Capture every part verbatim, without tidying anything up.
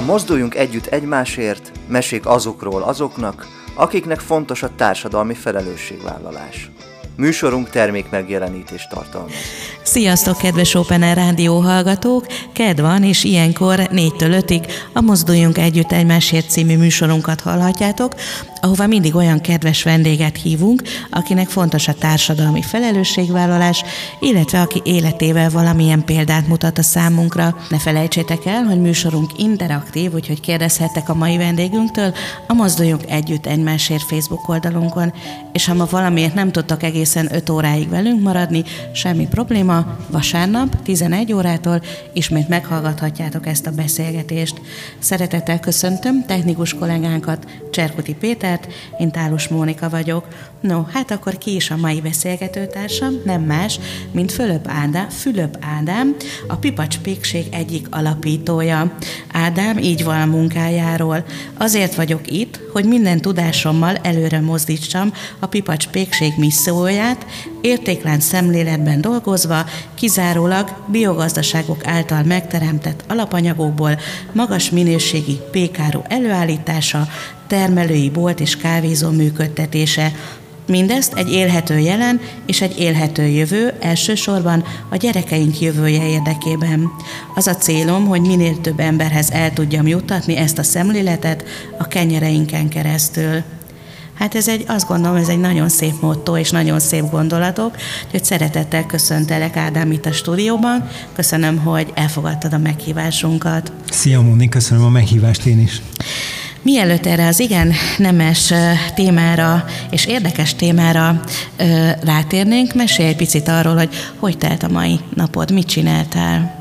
Mozduljunk együtt egymásért, mesék azokról azoknak, akiknek fontos a társadalmi felelősségvállalás. Műsorunk termékmegjelenítést tartalmaz. Sziasztok, kedves Open Air Rádió hallgatók! Kedd van, és ilyenkor négytől ötig a Mozduljunk Együtt Egymásért című műsorunkat hallhatjátok, ahova mindig olyan kedves vendéget hívunk, akinek fontos a társadalmi felelősségvállalás, illetve aki életével valamilyen példát mutat a számunkra. Ne felejtsétek el, hogy műsorunk interaktív, úgyhogy kérdezhettek a mai vendégünktől a Mozduljunk Együtt Egymásért Facebook oldalunkon, és ha ma valamiért nem tudtak egészen öt óráig velünk maradni, semmi probléma, vasárnap tizenegy órától ismét meghallgathatjátok ezt a beszélgetést. Szeretettel köszöntöm technikus kollégánkat, Cserkuti Pétert, én Tálus Mónika vagyok. No, hát akkor ki is a mai beszélgetőtársam? Nem más, mint Fülöp Ádám, Fülöp Ádám, a Pipacs Pékség egyik alapítója. Ádám így van a munkájáról. Azért vagyok itt, hogy minden tudásommal előre mozdítsam a Pipacs Pékség misszióját, értéklánc szemléletben dolgozva, kizárólag biogazdaságok által megteremtett alapanyagokból magas minőségi pékáru előállítása, termelői bolt és kávézó működtetése. Mindezt egy élhető jelen és egy élhető jövő, elsősorban a gyerekeink jövője érdekében. Az a célom, hogy minél több emberhez el tudjam juttatni ezt a szemléletet a kenyereinken keresztül. Hát ez egy, azt gondolom, ez egy nagyon szép motto és nagyon szép gondolatok, úgyhogy szeretettel köszöntelek, Ádám, itt a stúdióban. Köszönöm, hogy elfogadtad a meghívásunkat. Szia, Móni, köszönöm a meghívást én is. Mielőtt erre az igen nemes témára és érdekes témára ö, rátérnénk, mesélj egy picit arról, hogy hogy telt a mai napod, mit csináltál?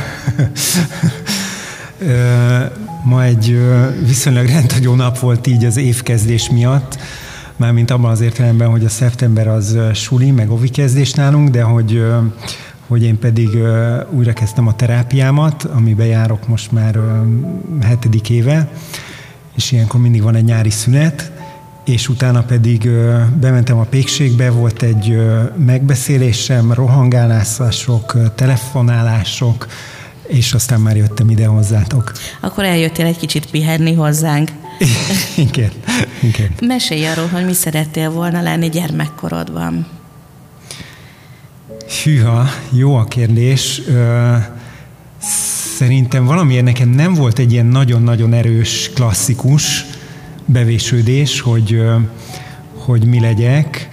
Ma egy viszonylag rendhagyó nap volt így az évkezdés miatt, mármint abban az értelemben, hogy a szeptember az suli, meg ovi kezdés nálunk, de hogy, hogy én pedig újra kezdtem a terápiámat, amiben járok most már hetedik éve, és ilyenkor mindig van egy nyári szünet, és utána pedig bementem a pékségbe, volt egy megbeszélésem, rohangálások, telefonálások, és aztán már jöttem ide hozzátok. Akkor eljöttél egy kicsit pihenni hozzánk. Igen, igen. Mesélj arról, hogy mi szerettél volna lenni gyermekkorodban. Hűha, jó a kérdés. Szerintem valamiért nekem nem volt egy ilyen nagyon-nagyon erős, klasszikus bevésődés, hogy, hogy mi legyek.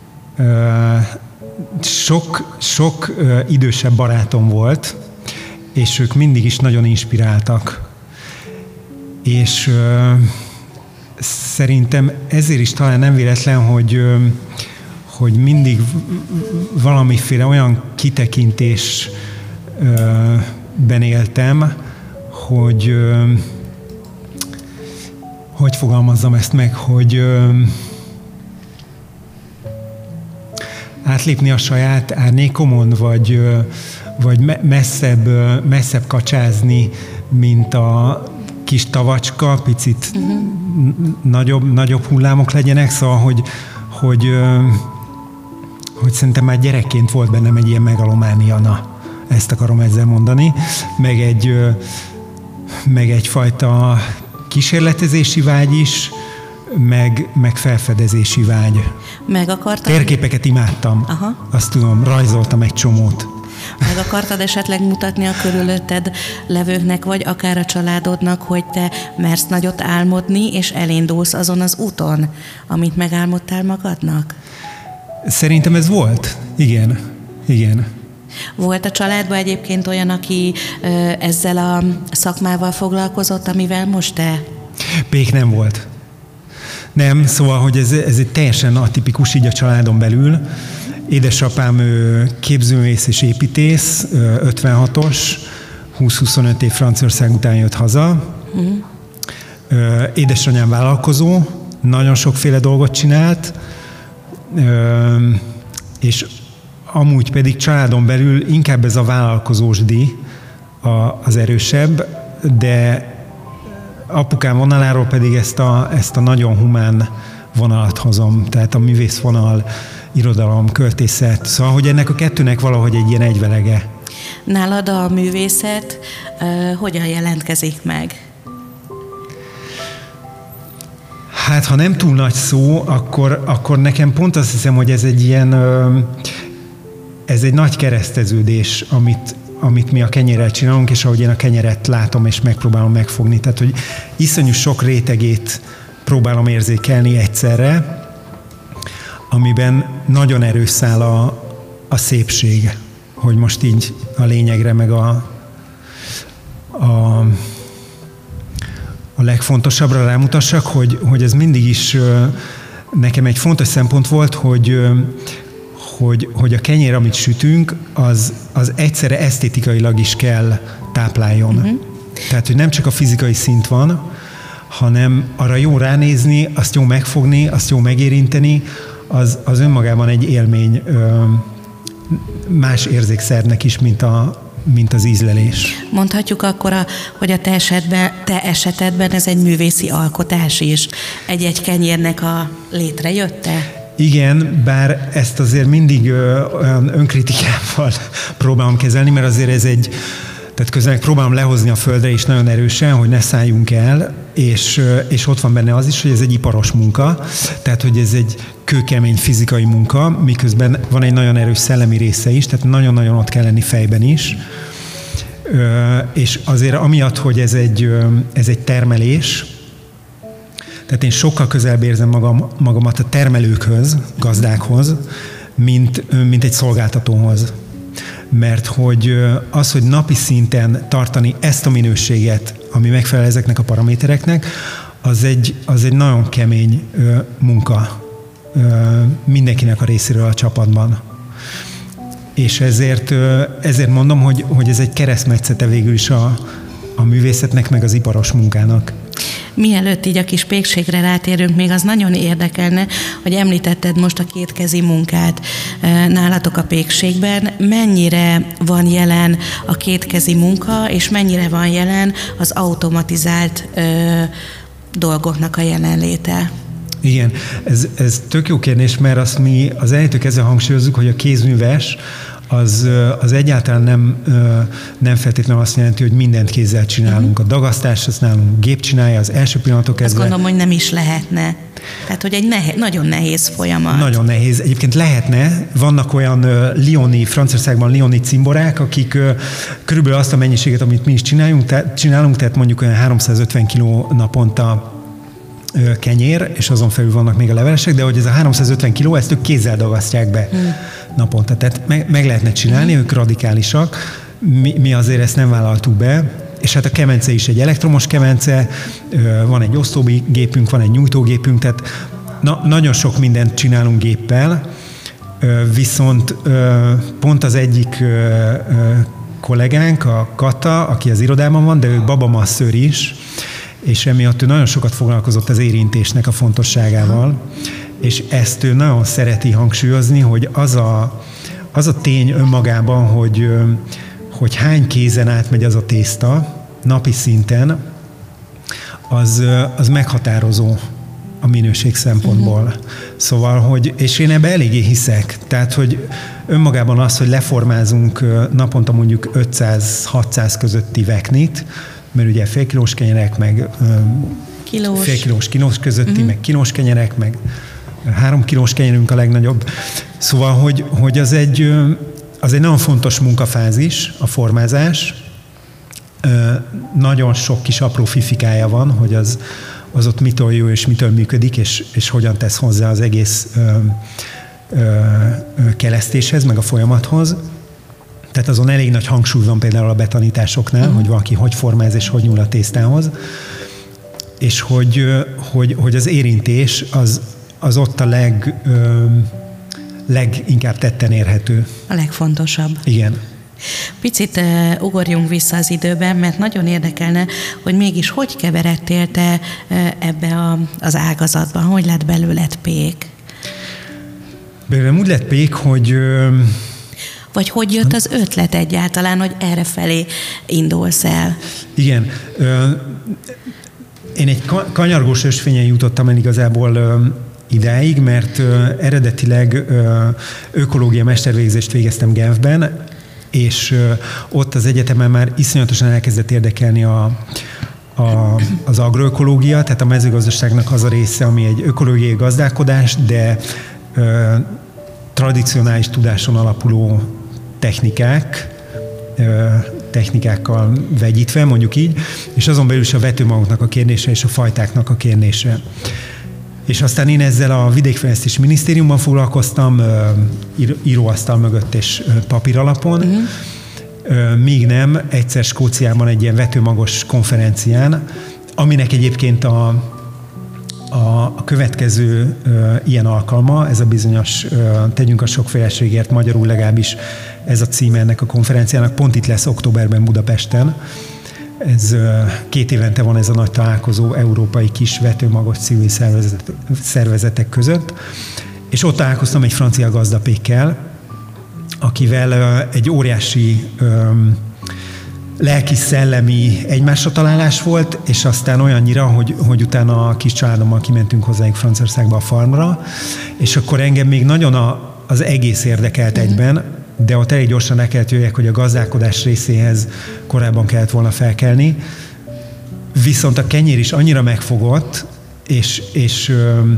Sok, sok idősebb barátom volt, és ők mindig is nagyon inspiráltak. És szerintem ezért is talán nem véletlen, hogy, hogy mindig valamiféle olyan kitekintés ben éltem, hogy hogy fogalmazzam ezt meg, hogy átlépni a saját árnyékomon, vagy, vagy messzebb, messzebb kacsázni, mint a kis tavacska, picit uh-huh. nagyobb, nagyobb hullámok legyenek, szóval, hogy, hogy, hogy szerintem már gyerekként volt bennem egy ilyen megalománia, na. Ezt akarom ezzel mondani, meg, egy, meg egyfajta kísérletezési vágy is, meg, meg felfedezési vágy. Meg akartad? Térképeket imádtam, Aha. Azt tudom, rajzoltam egy csomót. Meg akartad esetleg mutatni a körülötted levőknek, vagy akár a családodnak, hogy te mersz nagyot álmodni, és elindulsz azon az úton, amit megálmodtál magadnak? Szerintem ez volt, igen, igen. Volt a családban egyébként olyan, aki ö, ezzel a szakmával foglalkozott, amivel most te? Pék nem volt. Nem, szóval, hogy ez, ez egy teljesen atipikus így a családon belül. Édesapám képzőművész és építész, ötvenhatos, húsz-huszonöt év Franciaország után jött haza. Mm. Édesanyám vállalkozó, nagyon sokféle dolgot csinált, és amúgy pedig családon belül inkább ez a vállalkozósdi az erősebb, de apukám vonaláról pedig ezt a, ezt a nagyon humán vonalat hozom, tehát a művész vonal, irodalom, költészet, szóval, hogy ennek a kettőnek valahogy egy ilyen egyvelege. Nálad a művészet uh, hogyan jelentkezik meg? Hát, ha nem túl nagy szó, akkor, akkor nekem pont azt hiszem, hogy ez egy ilyen, ez egy nagy kereszteződés, amit, amit mi a kenyérrel csinálunk, és ahogy én a kenyeret látom, és megpróbálom megfogni. Tehát, hogy iszonyú sok rétegét próbálom érzékelni egyszerre, amiben nagyon erős száll a, a szépség, hogy most így a lényegre, meg a, a a legfontosabbra rámutassak, hogy, hogy ez mindig is nekem egy fontos szempont volt, hogy, hogy, hogy a kenyér, amit sütünk, az, az egyszerre esztétikailag is kell tápláljon. Uh-huh. Tehát, hogy nem csak a fizikai szint van, hanem arra jó ránézni, azt jó megfogni, azt jó megérinteni, az, az önmagában egy élmény más érzékszernek is, mint a mint az ízlelés. Mondhatjuk akkor, a, hogy a te esetben, te esetedben ez egy művészi alkotás is, egy-egy kenyérnek a létrejötte? Igen, bár ezt azért mindig olyan önkritikával próbálom kezelni, mert azért ez egy, tehát közben próbálom lehozni a földre is nagyon erősen, hogy ne szálljunk el, és, és ott van benne az is, hogy ez egy iparos munka, tehát hogy ez egy kőkemény fizikai munka, miközben van egy nagyon erős szellemi része is, tehát nagyon-nagyon ott kell lenni fejben is. És azért amiatt, hogy ez egy, ez egy termelés, tehát én sokkal közelebb érzem magam, magamat a termelőkhöz, gazdákhoz, mint, mint egy szolgáltatóhoz. Mert hogy az, hogy napi szinten tartani ezt a minőséget, ami megfelel ezeknek a paramétereknek, az egy, az egy nagyon kemény munka mindenkinek a részéről a csapatban. És ezért, ezért mondom, hogy, hogy ez egy keresztmetszete végül is a, a művészetnek, meg az iparos munkának. Mielőtt így a kis pékségre rátérünk, még az nagyon érdekelne, hogy említetted most a kétkezi munkát nálatok a pékségben. Mennyire van jelen a kétkezi munka, és mennyire van jelen az automatizált ö, dolgoknak a jelenléte? Igen, ez, ez tök jó kérdés, mert azt mi az elejétől kezdve hangsúlyozzuk, hogy a kézműves az, az egyáltalán nem, nem feltétlenül azt jelenti, hogy mindent kézzel csinálunk. A dagasztást azt nálunk gép csinálja az első pillanatok kezdve. Azt gondolom, hogy nem is lehetne. Tehát, hogy egy nehéz, nagyon nehéz folyamat. Nagyon nehéz. Egyébként lehetne. Vannak olyan lioni, Franciaországban lioni cimborák, akik körülbelül azt a mennyiséget, amit mi is csinálunk, te, csinálunk, tehát mondjuk olyan háromszázötven kiló naponta kenyér, és azon felül vannak még a levelesek, de hogy ez a háromszázötven kiló, ezt ők kézzel dagasztják be hmm. naponta. Tehát meg, meg lehetne csinálni, hmm. ők radikálisak. Mi, mi azért ezt nem vállaltuk be, és hát a kemence is egy elektromos kemence, van egy osztógépünk, van egy nyújtógépünk, tehát na, nagyon sok mindent csinálunk géppel, viszont pont az egyik kollégánk, a Kata, aki az irodában van, de ő babamasszőr is, és emiatt ő nagyon sokat foglalkozott az érintésnek a fontosságával, és ezt ő nagyon szereti hangsúlyozni, hogy az a, az a tény önmagában, hogy, hogy hány kézen átmegy az a tészta napi szinten, az, az meghatározó a minőség szempontból. Uh-huh. Szóval, hogy, és én ebbe eléggé hiszek, tehát, hogy önmagában az, hogy leformázunk naponta mondjuk ötszáz-hatszáz közötti veknit, mert ugye félkilós kenyerek, meg kilós. félkilós kilós közötti, uh-huh. meg kilós kenyerek, meg három kilós kenyerünk a legnagyobb. Szóval, hogy, hogy az, egy, az egy nagyon fontos munkafázis, a formázás. Nagyon sok kis apró fifikája van, hogy az, az ott mitől jó és mitől működik, és, és hogyan tesz hozzá az egész ö, ö, kelesztéshez, meg a folyamathoz. Tehát azon elég nagy hangsúly van például a betanításoknál, uh-huh. hogy valaki hogy formáz és hogy nyúl a tésztához, és hogy, hogy, hogy az érintés az, az ott a leg, ö, leginkább tetten érhető. A legfontosabb. Igen. Picit uh, ugorjunk vissza az időben, mert nagyon érdekelne, hogy mégis hogy keveredtél te uh, ebbe a, az ágazatban, hogy lett belőled pék? Belőlem úgy lett pék, hogy... Uh, Vagy hogy jött az ötlet egyáltalán, hogy erre felé indulsz el? Igen. Uh, én egy kanyargós ösvényen jutottam el igazából uh, idáig, mert uh, eredetileg uh, ökológia mestervégzést végeztem Genfben, és uh, ott az egyetemen már iszonyatosan elkezdett érdekelni a, a, az agroökológia, tehát a mezőgazdaságnak az a része, ami egy ökológiai gazdálkodás, de ö, tradicionális tudáson alapuló technikák, ö, technikákkal vegyítve, mondjuk így, és azon belül is a vetőmagoknak a kérdése és a fajtáknak a kérdése. És aztán én ezzel a Vidékfejlesztési Minisztériumban foglalkoztam, íróasztal mögött és papíralapon, uh-huh. míg nem egyszer Skóciában egy ilyen vetőmagos konferencián, aminek egyébként a, a, a következő ilyen alkalma, ez a bizonyos Tegyünk a sokféleségért, magyarul legalábbis ez a címe ennek a konferenciának, pont itt lesz októberben Budapesten. Ez két évente van ez a nagy találkozó európai kis vetőmagos civil szervezet, szervezetek között, és ott találkoztam egy francia gazdapékkel, akivel egy óriási lelki-szellemi egymásra találás volt, és aztán olyannyira, hogy, hogy utána a kis családommal kimentünk hozzáink Franciaországba a farmra, és akkor engem még nagyon a, az egész érdekelt egyben, de ott elég gyorsan le kellett jöjjek, hogy a gazdálkodás részéhez korábban kellett volna felkelni. Viszont a kenyér is annyira megfogott, és, és,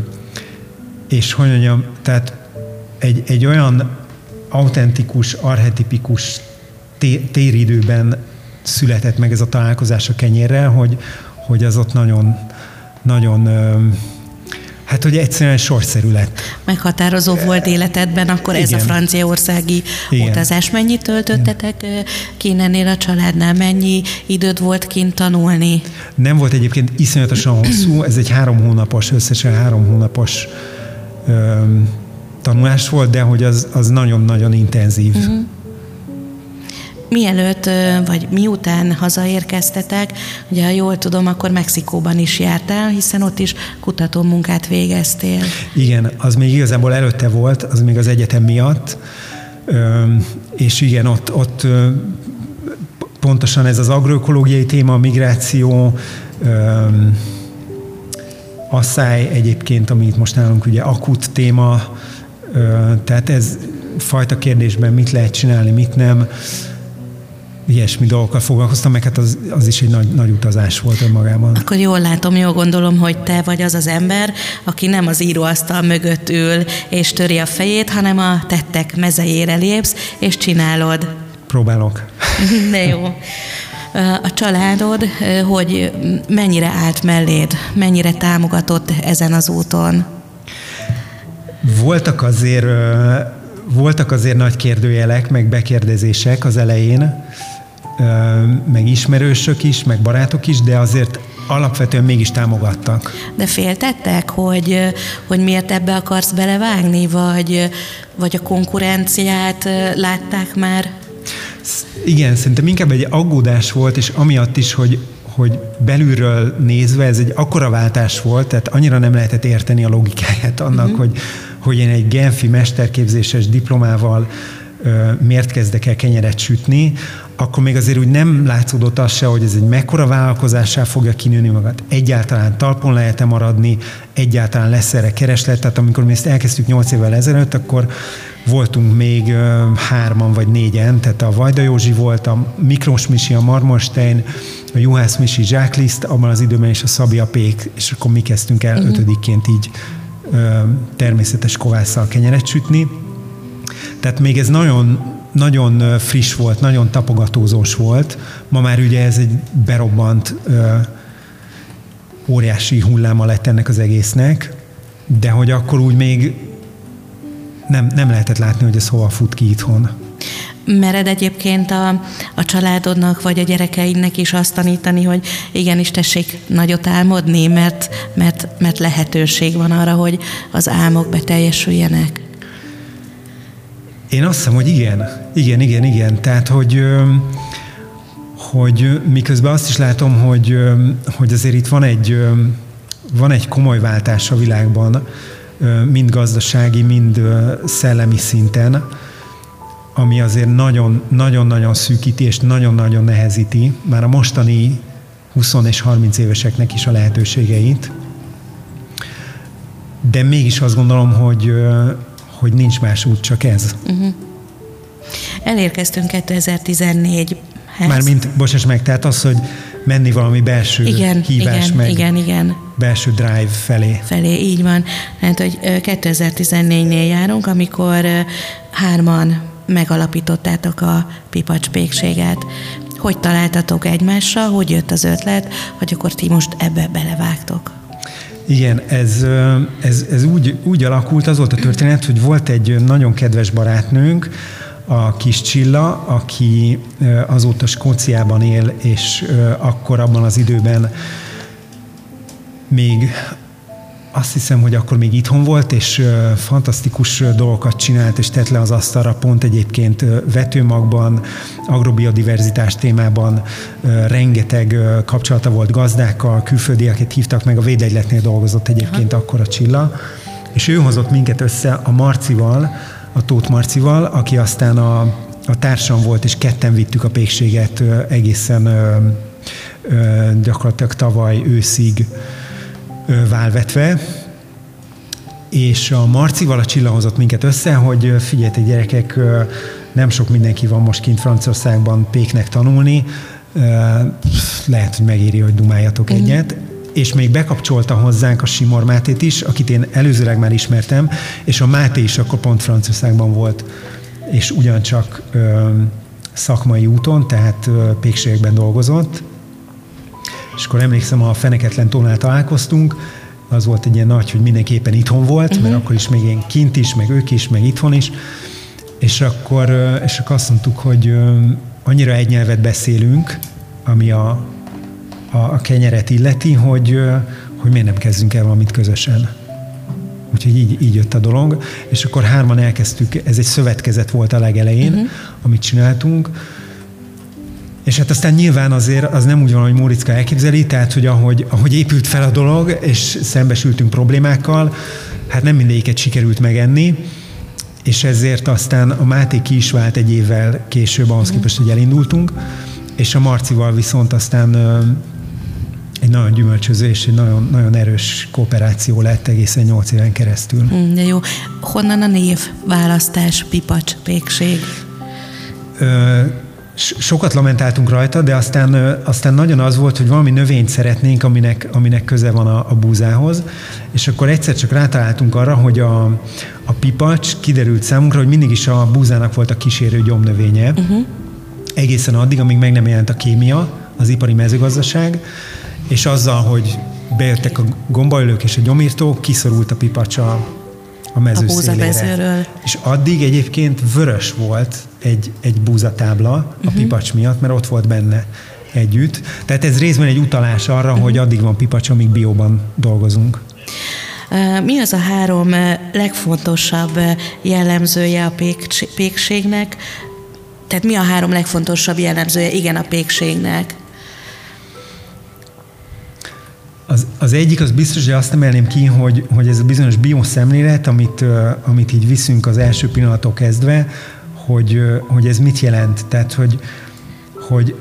és hogy mondjam, tehát egy, egy olyan autentikus, archetipikus téridőben született meg ez a találkozás a kenyérrel, hogy, hogy az ott nagyon, nagyon hát, hogy egyszerűen sorszerű lett. Meghatározó volt életedben, akkor ez Igen. a franciaországi Igen. utazás. Mennyit töltöttetek kint ennél a családnál? Mennyi időd volt kint tanulni? Nem volt egyébként iszonyatosan hosszú, ez egy három hónapos, összesen három hónapos ö, tanulás volt, de hogy az, az nagyon-nagyon intenzív. Uh-huh. Mielőtt, vagy miután hazaérkeztetek, ugye ha jól tudom, akkor Mexikóban is jártál, hiszen ott is kutatómunkát végeztél. Igen, az még igazából előtte volt, az még az egyetem miatt, és igen, ott, ott pontosan ez az agroökológiai téma, a migráció, asszály egyébként, ami itt most nálunk ugye akut téma, tehát ez fajta kérdésben mit lehet csinálni, mit nem, ilyesmi dolgokkal foglalkoztam, meg hát az, az is egy nagy, nagy utazás volt önmagában. Akkor jól látom, jól gondolom, hogy te vagy az az ember, aki nem az íróasztal mögött ül és töri a fejét, hanem a tettek mezejére lépsz, és csinálod. Próbálok. De jó. A családod, hogy mennyire állt melléd, mennyire támogatott ezen az úton? Voltak azért, voltak azért nagy kérdőjelek, meg bekérdezések az elején, meg ismerősök is, meg barátok is, de azért alapvetően mégis támogattak. De féltettek, hogy, hogy miért ebbe akarsz belevágni, vagy, vagy a konkurenciát látták már? Igen, szerintem inkább egy aggódás volt, és amiatt is, hogy, hogy belülről nézve ez egy akkora váltás volt, tehát annyira nem lehetett érteni a logikáját annak, uh-huh. hogy, hogy én egy genfi mesterképzéses diplomával ö, miért kezdek el kenyeret sütni, akkor még azért úgy nem látszódott az se, hogy ez egy mekkora vállalkozássá fogja kinőni magát. Egyáltalán talpon lehet-e maradni, egyáltalán lesz erre kereslet. Tehát amikor mi ezt elkezdtük nyolc évvel ezelőtt, akkor voltunk még ö, hárman vagy négyen, tehát a Vajda Józsi volt, a Miklós Misi, a Marmorstein, a Juhász Misi, Zsák Liszt, abban az időben is a Szabi Apék, és akkor mi kezdtünk el uh-huh. ötödikként így ö, természetes kovásszal kenyeret sütni. Tehát még ez nagyon nagyon friss volt, nagyon tapogatózós volt. Ma már ugye ez egy berobbant ö, óriási hulláma lett ennek az egésznek, de hogy akkor úgy még nem, nem lehetett látni, hogy ez hova fut ki itthon. Mered egyébként a, a családodnak, vagy a gyerekeidnek is azt tanítani, hogy igenis tessék nagyot álmodni, mert, mert, mert lehetőség van arra, hogy az álmok beteljesüljenek? Én azt hiszem, hogy igen. Igen, igen, igen. Tehát, hogy, hogy miközben azt is látom, hogy, hogy azért itt van egy, van egy komoly váltás a világban, mind gazdasági, mind szellemi szinten, ami azért nagyon-nagyon szűkíti és nagyon-nagyon nehezíti már a mostani húsz és harminc éveseknek is a lehetőségeit. De mégis azt gondolom, hogy hogy nincs más út, csak ez. Uh-huh. Elérkeztünk kétezer-tizennégyhez. Mármint, bocsáss meg, tehát az, hogy menni valami belső igen, hívás, igen, meg igen, igen. belső drive felé. Felé, így van. Hát, hogy kétezer-tizennégynél járunk, amikor hárman megalapítottátok a Pipacs pékséget. Hogy találtatok egymással, hogy jött az ötlet, hogy akkor ti most ebbe belevágtok? Igen, ez, ez, ez úgy, úgy alakult, az volt a történet, hogy volt egy nagyon kedves barátnőnk, a kis Csilla, aki azóta Skóciában él, és akkor abban az időben még azt hiszem, hogy akkor még itthon volt, és fantasztikus dolgokat csinált, és tett le az asztalra pont egyébként vetőmagban, agrobiodiverzitás témában rengeteg kapcsolata volt gazdákkal, külföldieket hívtak meg, a védegyletnél dolgozott egyébként Aha. akkor a Csilla, és ő hozott minket össze a Marcival, a Tóth Marcival, aki aztán a, a társam volt, és ketten vittük a pékséget egészen ö, ö, gyakorlatilag tavaly őszig ö, válvetve. És a Marcival a Csilla hozott minket össze, hogy figyeljetek gyerekek, nem sok mindenki van most kint Franciaországban péknek tanulni, lehet, hogy megéri, hogy dumáljatok mm. egyet. És még bekapcsolta hozzánk a Simor Mátét is, akit én előzőleg már ismertem, és a Máté is akkor pont Franciaországban volt, és ugyancsak ö, szakmai úton, tehát ö, pékségekben dolgozott. És akkor emlékszem, a Feneketlen tónál találkoztunk, az volt egy ilyen nagy, hogy mindenképpen itthon volt, uh-huh. mert akkor is még én kint is, meg ők is, meg itthon is, és akkor, ö, és akkor azt mondtuk, hogy ö, annyira egy nyelvet beszélünk, ami a a kenyeret illeti, hogy, hogy miért nem kezdünk el valamit közösen. Úgyhogy így, így jött a dolog, és akkor hárman elkezdtük, ez egy szövetkezet volt a legelején, uh-huh. amit csináltunk, és hát aztán nyilván azért az nem úgy van, hogy Móriczka elképzeli, tehát, hogy ahogy, ahogy épült fel a dolog, és szembesültünk problémákkal, hát nem mindegyiket sikerült megenni, és ezért aztán a Máté ki is vált egy évvel később, ahhoz képest, hogy elindultunk, és a Marcival viszont aztán egy nagyon gyümölcsöző és egy nagyon, nagyon erős kooperáció lett egészen nyolc éven keresztül. De jó. Honnan a név választás, Pipacs pékség? Ö, sokat lamentáltunk rajta, de aztán, aztán nagyon az volt, hogy valami növényt szeretnénk, aminek, aminek köze van a, a búzához, és akkor egyszer csak rátaláltunk arra, hogy a, a pipacs kiderült számunkra, hogy mindig is a búzának volt a kísérő gyomnövénye, uh-huh. egészen addig, amíg meg nem jelent a kémia, az ipari mezőgazdaság, és azzal, hogy bejöttek a gombaölők és a gyomírtók, kiszorult a pipacs a, a mező a szélére. És addig egyébként vörös volt egy, egy búzatábla a uh-huh. pipacs miatt, mert ott volt benne együtt. Tehát ez részben egy utalás arra, uh-huh. hogy addig van pipacs, amíg bióban dolgozunk. Mi az a három legfontosabb jellemzője a pékségnek? Tehát mi a három legfontosabb jellemzője, igen, a pékségnek? Az, az egyik, az biztos, hogy azt emelném ki, hogy, hogy ez a bizonyos bioszemlélet, amit, amit így viszünk az első pillanattól kezdve, hogy, hogy ez mit jelent. Tehát, hogy, hogy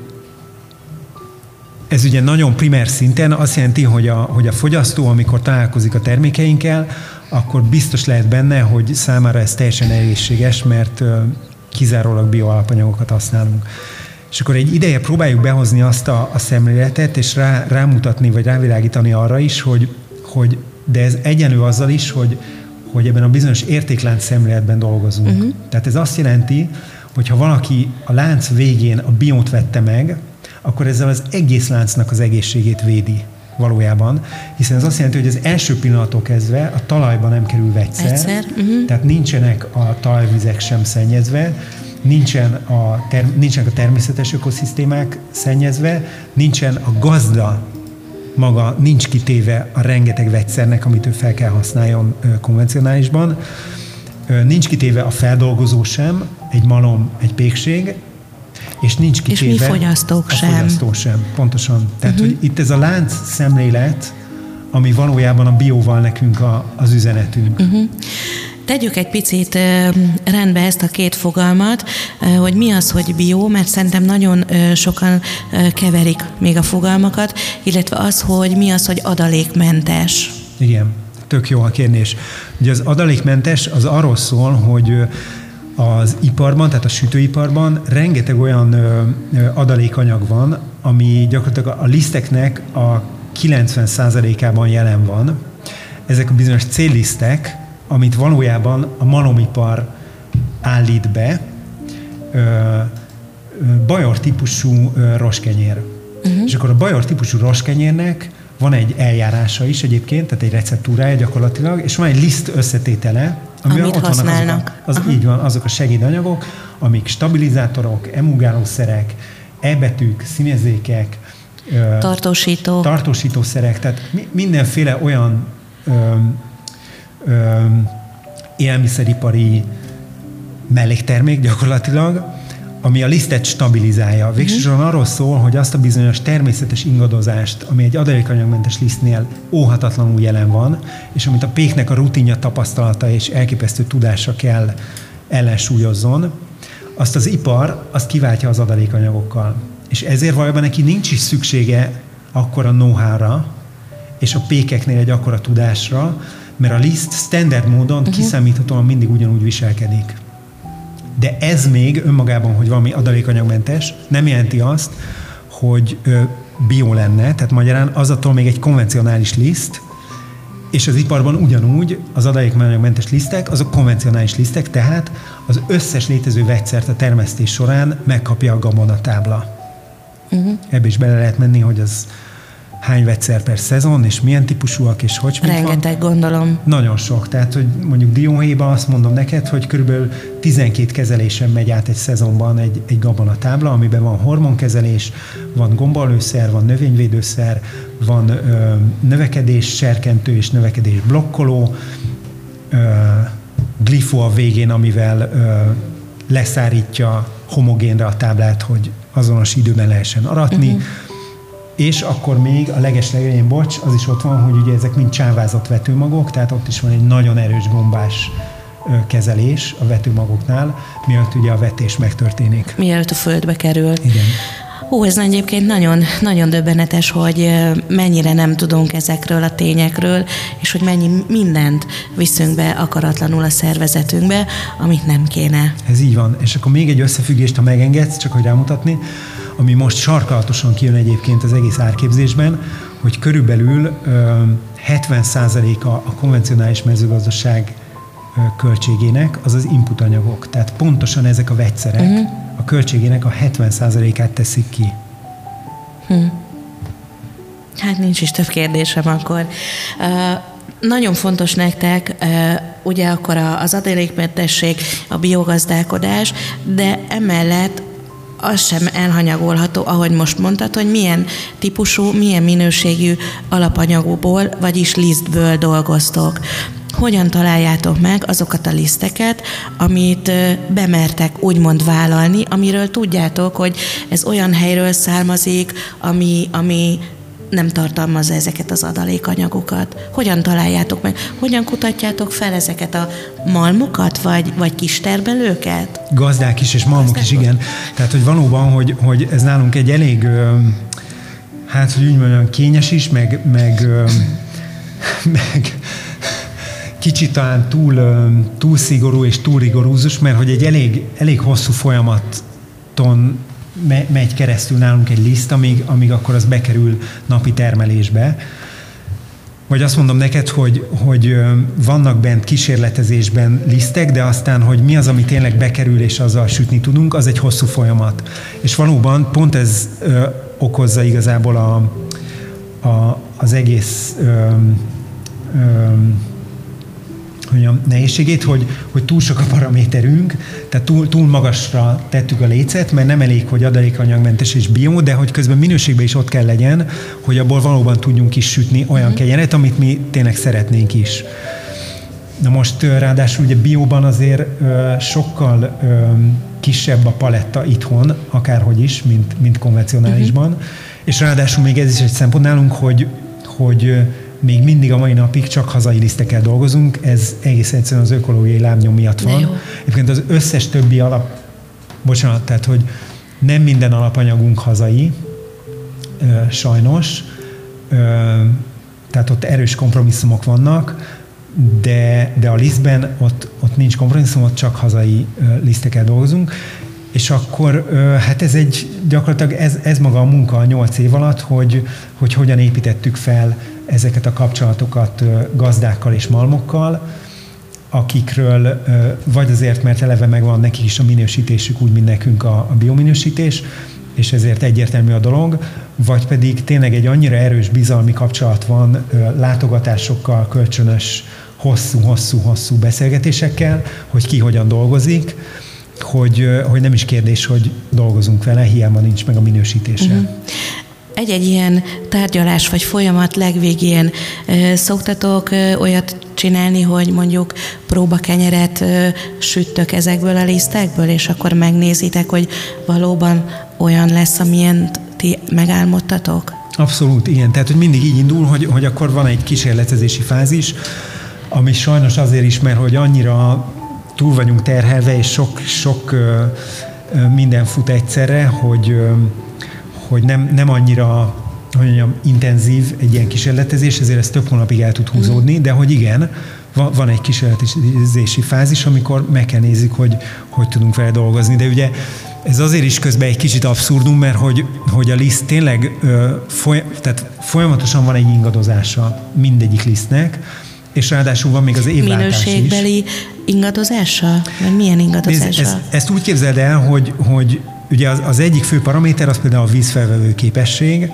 ez ugye nagyon primer szinten azt jelenti, hogy a, hogy a fogyasztó, amikor találkozik a termékeinkkel, akkor biztos lehet benne, hogy számára ez teljesen egészséges, mert kizárólag bioalapanyagokat használunk. És akkor egy ideje próbáljuk behozni azt a, a szemléletet, és rá, rámutatni, vagy rávilágítani arra is, hogy, hogy de ez egyenlő azzal is, hogy, hogy ebben a bizonyos értéklánc szemléletben dolgozunk. Uh-huh. Tehát ez azt jelenti, hogy ha valaki a lánc végén a biót vette meg, akkor ezzel az egész láncnak az egészségét védi valójában, hiszen ez azt jelenti, hogy az első pillanattól kezdve a talajban nem kerül vegyszer, Egyszer. Uh-huh. tehát nincsenek a talajvizek sem szennyezve, nincsen a ter- nincsenek a természetes ökoszisztémák szennyezve, nincsen a gazda maga, nincs kitéve a rengeteg vegyszernek, amit ő fel kell használjon konvencionálisban, nincs kitéve a feldolgozó sem, egy malom, egy pékség, és nincs kitéve és mi fogyasztók a sem. fogyasztó sem. Pontosan. Tehát, uh-huh. hogy itt ez a lánc szemlélet, ami valójában a bióval nekünk a, az üzenetünk. Uh-huh. Tegyük egy picit rendbe ezt a két fogalmat, hogy mi az, hogy bio, mert szerintem nagyon sokan keverik még a fogalmakat, illetve az, hogy mi az, hogy adalékmentes. Igen, tök jó a kérdés. Ugye az adalékmentes az arról szól, hogy az iparban, tehát a sütőiparban rengeteg olyan ö, ö, adalékanyag van, ami gyakorlatilag a liszteknek a kilencven százalékában jelen van. Ezek a bizonyos céllisztek, amit valójában a malomipar állít be, ö, ö, bajor típusú ö, roskenyér. Uh-huh. És akkor a bajor típusú roskenyérnek van egy eljárása is egyébként, tehát egy receptúrája gyakorlatilag, és van egy liszt összetétele, amiben amit ott használnak. Vannak azok a, az, így van, azok a segédanyagok, amik stabilizátorok, emulgálószerek, E-betűk, színezékek, tartósító. tartósítószerek, tehát mi, mindenféle olyan ö, ö, élelmiszeripari melléktermék gyakorlatilag, ami a lisztet stabilizálja. Végsősorban arról szól, hogy azt a bizonyos természetes ingadozást, ami egy adalékanyagmentes lisztnél óhatatlanul jelen van, és amit a péknek a rutinja, tapasztalata és elképesztő tudása kell ellensúlyozzon, azt az ipar, azt kiváltja az adalékanyagokkal. És ezért valójában neki nincs is szüksége akkora know-how-ra, és a pékeknél egy akkora tudásra, mert a liszt standard módon uh-huh. kiszámíthatóan mindig ugyanúgy viselkedik. De ez még önmagában, hogy valami adalékanyagmentes, nem jelenti azt, hogy ö, bio lenne, tehát magyarán az attól még egy konvencionális liszt, és az iparban ugyanúgy az adalékanyagmentes lisztek, azok konvencionális lisztek, tehát az összes létező vegyszert a termesztés során megkapja a gabonatábla. Uh-huh. Ebbe is bele lehet menni, hogy az hány vegyszer per szezon, és milyen típusúak, és hogy mit van. Rengeteg, gondolom. Nagyon sok. Tehát, hogy mondjuk dióhéjban azt mondom neked, hogy körülbelül tizenkét kezelésen megy át egy szezonban egy, egy gabonatábla, amiben van hormonkezelés, van gombaölőszer, van növényvédőszer, van ö, növekedés serkentő és növekedés blokkoló, ö, glifo a végén, amivel ö, leszárítja homogénre a táblát, hogy azonos időben lehessen aratni. Uh-huh. És akkor még a legeslegelején, bocs, az is ott van, hogy ugye ezek mind csávázott vetőmagok, tehát ott is van egy nagyon erős gombás kezelés a vetőmagoknál, mielőtt ugye a vetés megtörténik. Mielőtt a földbe kerül. Igen. Hú, ez egyébként nagyon, nagyon döbbenetes, hogy mennyire nem tudunk ezekről a tényekről, és hogy mennyi mindent viszünk be akaratlanul a szervezetünkbe, amit nem kéne. Ez így van. És akkor még egy összefüggést, ha megengedsz, csak hogy rámutatni, ami most sarkalatosan kijön egyébként az egész árképzésben, hogy körülbelül ö, hetven százaléka a konvencionális mezőgazdaság ö, költségének az az inputanyagok. Tehát pontosan ezek a vegyszerek uh-huh. a költségének a hetven százalékát teszik ki. Hmm. Hát nincs is több kérdésem akkor. Uh, nagyon fontos nektek, uh, ugye akkor az adalékmentesség, a biogazdálkodás, de emellett az sem elhanyagolható, ahogy most mondtad, hogy milyen típusú, milyen minőségű alapanyagból, vagyis lisztből dolgoztok. Hogyan találjátok meg azokat a liszteket, amit bemertek úgymond vállalni, amiről tudjátok, hogy ez olyan helyről származik, ami, ami nem tartalmazza ezeket az adalékanyagokat. Hogyan találjátok meg? Hogyan kutatjátok fel ezeket a malmokat, vagy, vagy kistermelőket? Gazdák is, és malmok Gazdák is, igen. Tehát, hogy valóban, hogy, hogy ez nálunk egy elég, hát, hogy úgy mondjam, kényes is, meg, meg, meg kicsit talán túl, túl szigorú és túl rigorózus, mert hogy egy elég, elég hosszú folyamaton megy keresztül nálunk egy liszt, amíg, amíg akkor az bekerül napi termelésbe. Vagy azt mondom neked, hogy, hogy vannak bent kísérletezésben lisztek, de aztán, hogy mi az, ami tényleg bekerül és azzal sütni tudunk, az egy hosszú folyamat. És valóban pont ez ö, okozza igazából a, a, az egész ö, ö, mondjam, nehézségét, hogy, hogy túl sok a paraméterünk, tehát túl, túl magasra tettük a lécet, mert nem elég, hogy adalékanyagmentes és bio, de hogy közben minőségben is ott kell legyen, hogy abból valóban tudjunk is sütni olyan mm-hmm. kenyeret, amit mi tényleg szeretnénk is. Na most ráadásul ugye bióban azért ö, sokkal ö, kisebb a paletta itthon, akárhogy is, mint, mint konvencionálisban, mm-hmm. és ráadásul még ez is egy szempont nálunk, hogy, hogy még mindig a mai napig csak hazai lisztekkel dolgozunk, ez egész egyszerűen az ökológiai lábnyom miatt van. Egyébként az összes többi alap, bocsánat, tehát, hogy nem minden alapanyagunk hazai, ö, sajnos, ö, tehát ott erős kompromisszumok vannak. de, de a lisztben ott, ott nincs kompromisszum, ott csak hazai lisztekkel dolgozunk, és akkor hát ez egy, gyakorlatilag ez, ez maga a munka a nyolc év alatt, hogy, hogy hogyan építettük fel ezeket a kapcsolatokat gazdákkal és malmokkal, akikről vagy azért, mert eleve megvan nekik is a minősítésük, úgy, mint nekünk a, a biominősítés, és ezért egyértelmű a dolog, vagy pedig tényleg egy annyira erős bizalmi kapcsolat van látogatásokkal, kölcsönös, hosszú-hosszú-hosszú beszélgetésekkel, hogy ki hogyan dolgozik, hogy, hogy nem is kérdés, hogy dolgozunk vele, hiába nincs meg a minősítése. Uh-huh. Egy-egy ilyen tárgyalás vagy folyamat legvégén ö, szoktatok ö, olyat csinálni, hogy mondjuk próbakenyeret ö, süttök ezekből a lisztekből, és akkor megnézitek, hogy valóban olyan lesz, amilyen ti megálmodtatok? Abszolút, igen. Tehát, hogy mindig így indul, hogy, hogy akkor van egy kísérletezési fázis, ami sajnos azért is, mert hogy annyira túl vagyunk terhelve, és sok, sok ö, ö, minden fut egyszerre, hogy ö, hogy nem, nem annyira, hogy mondjam, intenzív egy ilyen kísérletezés, ezért ez több hónapig el tud húzódni, de hogy igen, van, van egy kísérletezési fázis, amikor meg kell nézzük, hogy hogy tudunk vele dolgozni. De ugye ez azért is közben egy kicsit abszurdum, mert hogy, hogy a liszt tényleg ö, foly, tehát folyamatosan van egy ingadozása mindegyik lisztnek, és ráadásul van még az évváltás is. Minőségbeli ingadozása? Vagy milyen ingadozása? Nézd, ezt, ezt úgy képzeld el, hogy, hogy ugye az, az egyik fő paraméter az például a vízfelvevő képesség,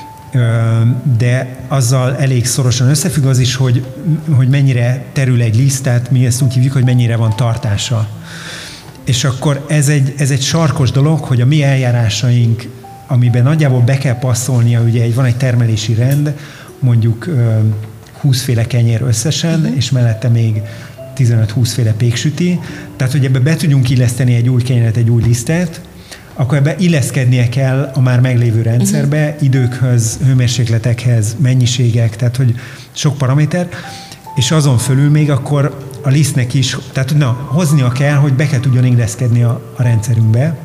de azzal elég szorosan összefügg az is, hogy, hogy mennyire terül egy liszt, tehát mi ezt úgy hívjuk, hogy mennyire van tartása. És akkor ez egy, ez egy sarkos dolog, hogy a mi eljárásaink, amiben nagyjából be kell passzolnia, ugye egy, van egy termelési rend, mondjuk húsz féle kenyér összesen, uh-huh. és mellette még tizenöt-húsz féle péksüti, tehát hogy ebbe be tudjunk illeszteni egy új kenyeret, egy új lisztet, akkor ebbe illeszkednie kell a már meglévő rendszerbe, uh-huh. időkhöz, hőmérsékletekhez, mennyiségek, tehát hogy sok paraméter, és azon fölül még akkor a lisztnek is, tehát na, hoznia kell, hogy be kell tudjon illeszkedni a, a rendszerünkbe.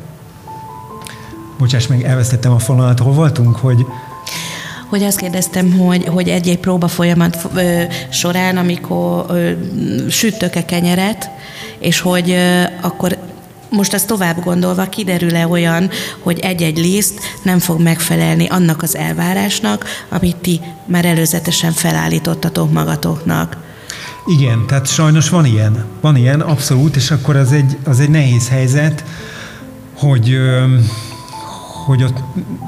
Bocsáss meg, elvesztettem a fonalat, hol voltunk, hogy hogy azt kérdeztem, hogy, hogy egy-egy próba folyamat ö, során, amikor ö, sütök-e kenyeret, és hogy ö, akkor most ezt tovább gondolva kiderül-e olyan, hogy egy-egy liszt nem fog megfelelni annak az elvárásnak, amit ti már előzetesen felállítottatok magatoknak. Igen, tehát sajnos van ilyen. Van ilyen, abszolút, és akkor az egy, az egy nehéz helyzet, hogy, hogy ott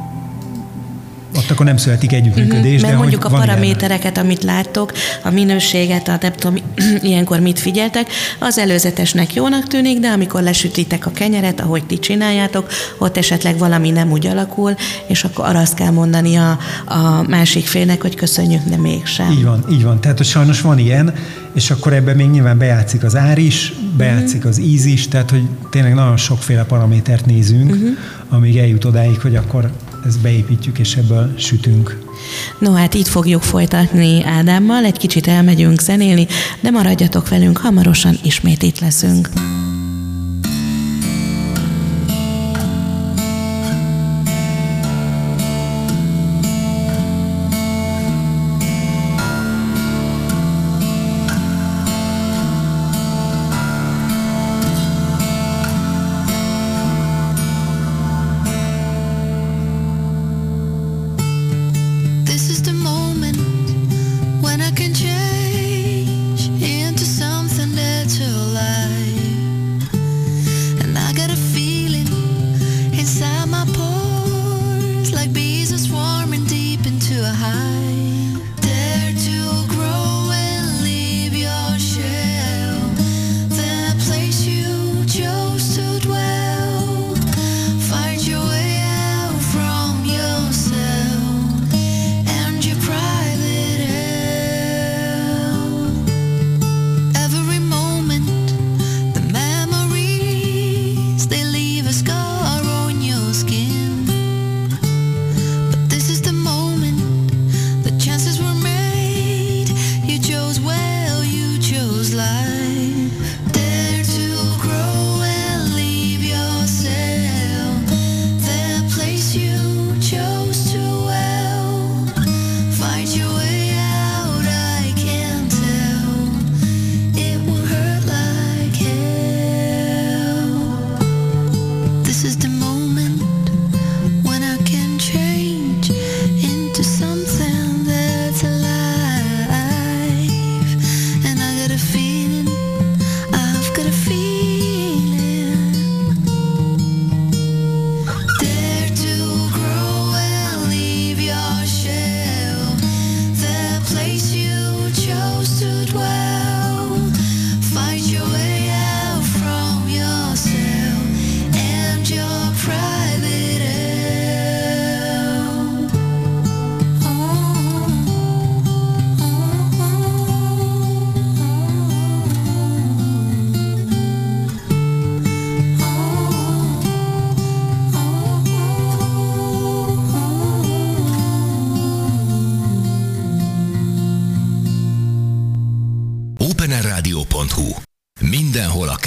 ott akkor nem születik együttműködés. Mert de mondjuk hogy a paramétereket, ilyen. Amit láttok, a minőséget, a nem tudom, ilyenkor mit figyeltek, az előzetesnek jónak tűnik, de amikor lesütitek a kenyeret, ahogy ti csináljátok, ott esetleg valami nem úgy alakul, és akkor arra azt kell mondani a, a másik félnek, hogy köszönjük, de mégsem. Így van, így van. Tehát, hogy sajnos van ilyen, és akkor ebben még nyilván bejátszik az ár is, bejátszik az íz is, tehát, hogy tényleg nagyon sokféle paramétert nézünk, uh-huh. amíg eljut odáig, hogy akkor ezt beépítjük, és ebből sütünk. No, hát itt fogjuk folytatni Ádámmal, egy kicsit elmegyünk zenélni, de maradjatok velünk, hamarosan ismét itt leszünk. When I can change into something that's alive.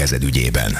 kezed ügyében.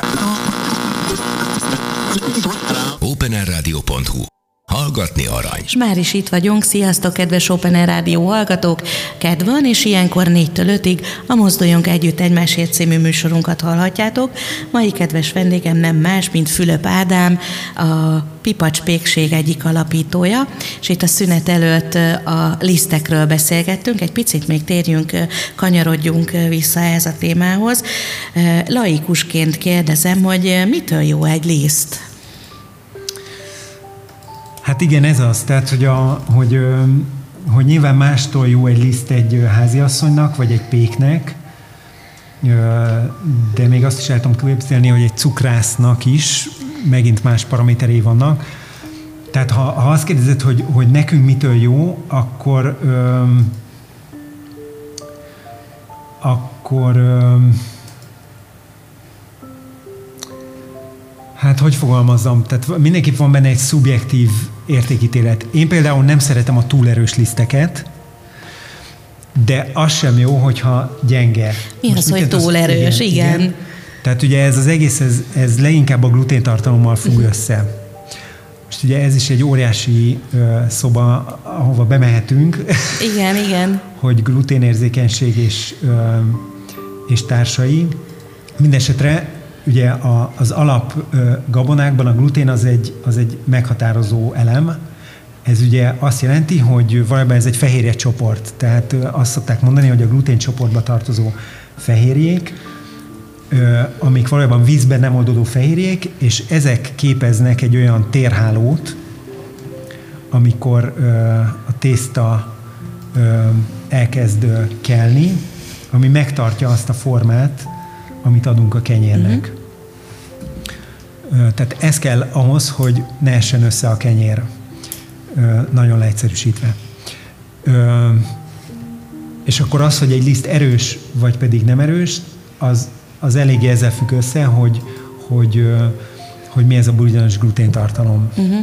openerradio pont hu. Hallgatni arany. És már is itt vagyunk. Sziasztok, kedves Open Air Rádió hallgatók! Kedv van, és ilyenkor négytől ötig a Mozduljunk Együtt Egymásért című műsorunkat hallhatjátok. Mai kedves vendégem nem más, mint Fülöp Ádám, a Pipacs Pékség egyik alapítója, és itt a szünet előtt a lisztekről beszélgettünk. Egy picit még térjünk, kanyarodjunk vissza ehhez a témához. Laikusként kérdezem, hogy mitől jó egy liszt? Hát igen, ez az. Tehát, hogy, a, hogy, hogy nyilván mástól jó egy liszt egy háziasszonynak, vagy egy péknek, de még azt is el tudom képzelni, hogy egy cukrásznak is megint más paraméterei vannak. Tehát ha, ha azt kérdezed, hogy, hogy nekünk mitől jó, akkor öm, akkor öm, hát hogy fogalmazzam, tehát mindenképp van benne egy szubjektív értékítélet. Én például nem szeretem a túl erős liszteket, de az sem jó, hogyha gyenge. Mi az, hogy túl erős, igen, igen. igen. Tehát ugye ez az egész, ez, ez leginkább a gluténtartalommal függ uh-huh. össze. Most ugye ez is egy óriási ö, szoba, ahova bemehetünk. Igen, igen. Hogy gluténérzékenység és, ö, és társai. Mindenesetre ugye a, az alap ö, gabonákban a glutén az egy, az egy meghatározó elem. Ez ugye azt jelenti, hogy valójában ez egy fehérje csoport. Tehát ö, azt szokták mondani, hogy a glutén csoportba tartozó fehérjék, ö, amik valójában vízben nem oldódó fehérjék, és ezek képeznek egy olyan térhálót, amikor ö, a tészta ö, elkezd ö, kelni, ami megtartja azt a formát, amit adunk a kenyérnek. Mm-hmm. Tehát ez kell ahhoz, hogy ne essen össze a kenyér. Nagyon leegyszerűsítve. És akkor az, hogy egy liszt erős, vagy pedig nem erős, az, az eléggé ezzel függ össze, hogy, hogy, hogy mi ez a bizonyos gluténtartalom. Uh-huh.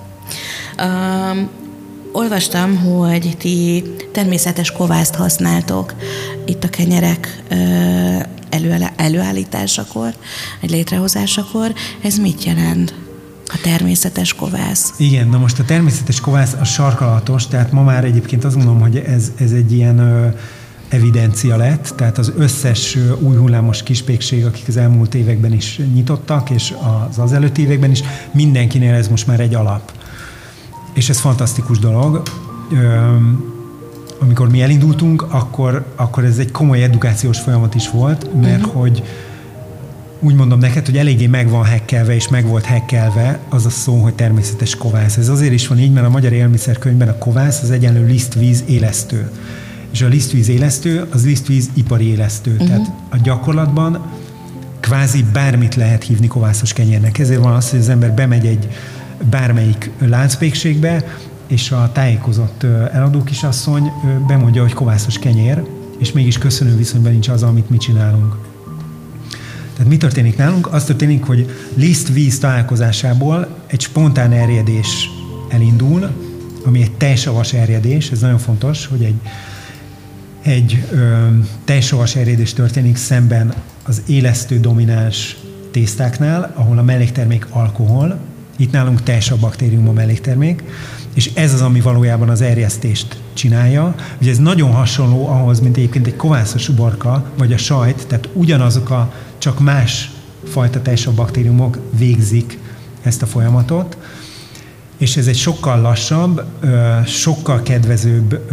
Um, olvastam, hogy ti természetes kovászt használtok itt a kenyerek uh, elő, előállításakor, egy létrehozásakor. Ez mit jelent? A természetes kovász. Igen, na most a természetes kovász a sarkalatos, tehát ma már egyébként azt gondolom, hogy ez, ez egy ilyen ö, evidencia lett, tehát az összes ö, új hullámos kispékség, akik az elmúlt években is nyitottak, és az az előtti években is, mindenkinél ez most már egy alap. És ez fantasztikus dolog. Ö, amikor mi elindultunk, akkor, akkor ez egy komoly edukációs folyamat is volt, mert uh-huh. hogy úgy mondom neked, hogy eléggé meg van hekkelve, és meg volt hekkelve az a szó, hogy természetes kovász. Ez azért is van így, mert a Magyar Élelmiszerkönyvben a kovász az egyenlő lisztvíz élesztő. És a lisztvíz élesztő, az lisztvíz ipari élesztő. Uh-huh. Tehát a gyakorlatban kvázi bármit lehet hívni kovászos kenyérnek. Ezért van az, hogy az ember bemegy egy bármelyik láncpékségbe, és a tájékozott eladó kisasszony bemondja, hogy kovászos kenyér, és mégis köszönő viszonyban nincs az, amit mi csinálunk. Tehát mi történik nálunk? Az történik, hogy liszt-víz találkozásából egy spontán erjedés elindul, ami egy tejsavas erjedés, ez nagyon fontos, hogy egy, egy ö, tejsavas erjedés történik szemben az élesztő domináns tésztáknál, ahol a melléktermék alkohol, itt nálunk tejsav baktérium a melléktermék, és ez az, ami valójában az erjesztést csinálja. Ugye ez nagyon hasonló ahhoz, mint egyébként egy kovászos uborka, vagy a sajt, tehát ugyanazok a, csak más fajta tejsav baktériumok végzik ezt a folyamatot, és ez egy sokkal lassabb, sokkal kedvezőbb